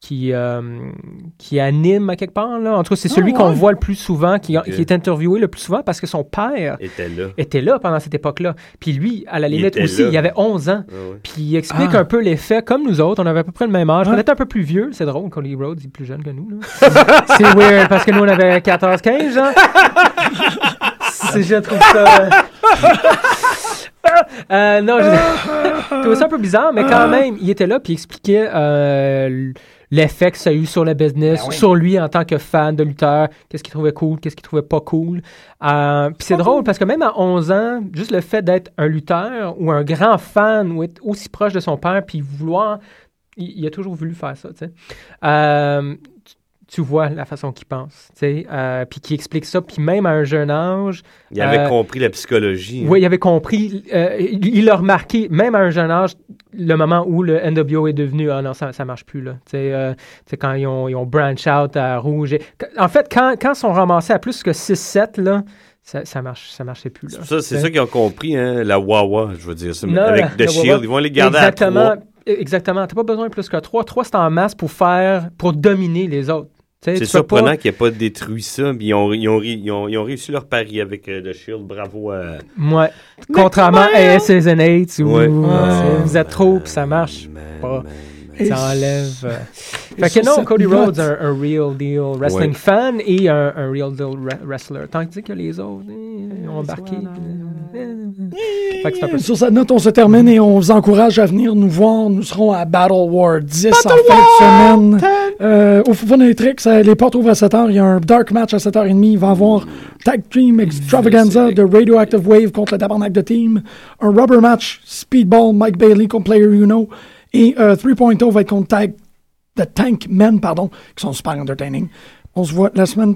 qui, euh, qui anime à quelque part. Là. En tout cas, c'est Ah, celui ouais. qu'on voit le plus souvent, qui, Ok. qui est interviewé le plus souvent parce que son père était là. était là pendant cette époque-là. Puis lui, à la Il limite était aussi, là. il avait onze ans. Ah ouais. Puis il explique Ah. un peu les faits, comme nous autres. On avait à peu près le même âge. Ouais. Peut-être un peu plus vieux. C'est drôle, Cody Rhodes, il est plus jeune que nous. Là. C'est weird parce que nous, on avait quatorze quinze ans. C'est, je trouve ça... Euh, non, je trouvais ça un peu bizarre, mais quand même, il était là puis il expliquait euh, l'effet que ça a eu sur le business, Ben oui. sur lui en tant que fan de lutteur, qu'est-ce qu'il trouvait cool, qu'est-ce qu'il trouvait pas cool. Euh, puis c'est drôle parce que même à onze ans, juste le fait d'être un lutteur ou un grand fan ou être aussi proche de son père puis vouloir... Il, il a toujours voulu faire ça, tu sais. Euh, tu vois la façon qu'il pense, tu sais, euh, puis qui explique ça, puis même à un jeune âge... Il avait euh, compris la psychologie. Oui, il avait compris, euh, il il a remarqué, même à un jeune âge, le moment où le N W O est devenu « Ah non, ça ne marche plus », là. Tu sais, euh, tu sais, quand ils ont, ils ont branch out à Rouge. Et, en fait, quand, quand ils sont ramassés à plus que six sept, là, ça, ça, marche, ça marchait plus, là. C'est ça, c'est T'sais. ça qu'ils ont compris, hein, la Wawa, je veux dire. Ça, Non, avec la- The la Shield, Wawa. ils vont les garder Exactement. à trois. Exactement. T'as pas besoin de plus que trois. Trois, c'est en masse pour faire, pour dominer les autres. T'sais, C'est tu peux surprenant pas- qu'il n'ait pas détruit ça. Puis ils, ont, ils, ont, ils, ont, ils ont réussi leur pari avec euh, The Shield. Bravo à... Ouais. Contrairement à S S N H où Ouais. euh, Ah, vous êtes trop, puis ça marche Man, pas. man, man. Et Ça enlève. euh. Et Fait sur que non, cette Cody note- Rhodes, un, un real deal wrestling Ouais. fan et un, un real deal re- wrestler. Tandis que les autres eh, ont embarqué. eh, eh. Fait que c'est un peu ça. Sur cette note, on se termine et on vous encourage à venir nous voir. Nous serons à Battle War dix en fin de semaine. Euh, au Fun-Trix, les portes ouvrent à sept heures. Il y a un dark match à sept heures trente. Il va y avoir Tag Team Extravaganza de Radioactive Wave contre le Tabarnak de Team. Un rubber match, Speedball, Mike Bailey contre Player Uno. Et euh, trois point oh va être contre Tag, The Tank Men, pardon, qui sont super entertaining. On se voit la semaine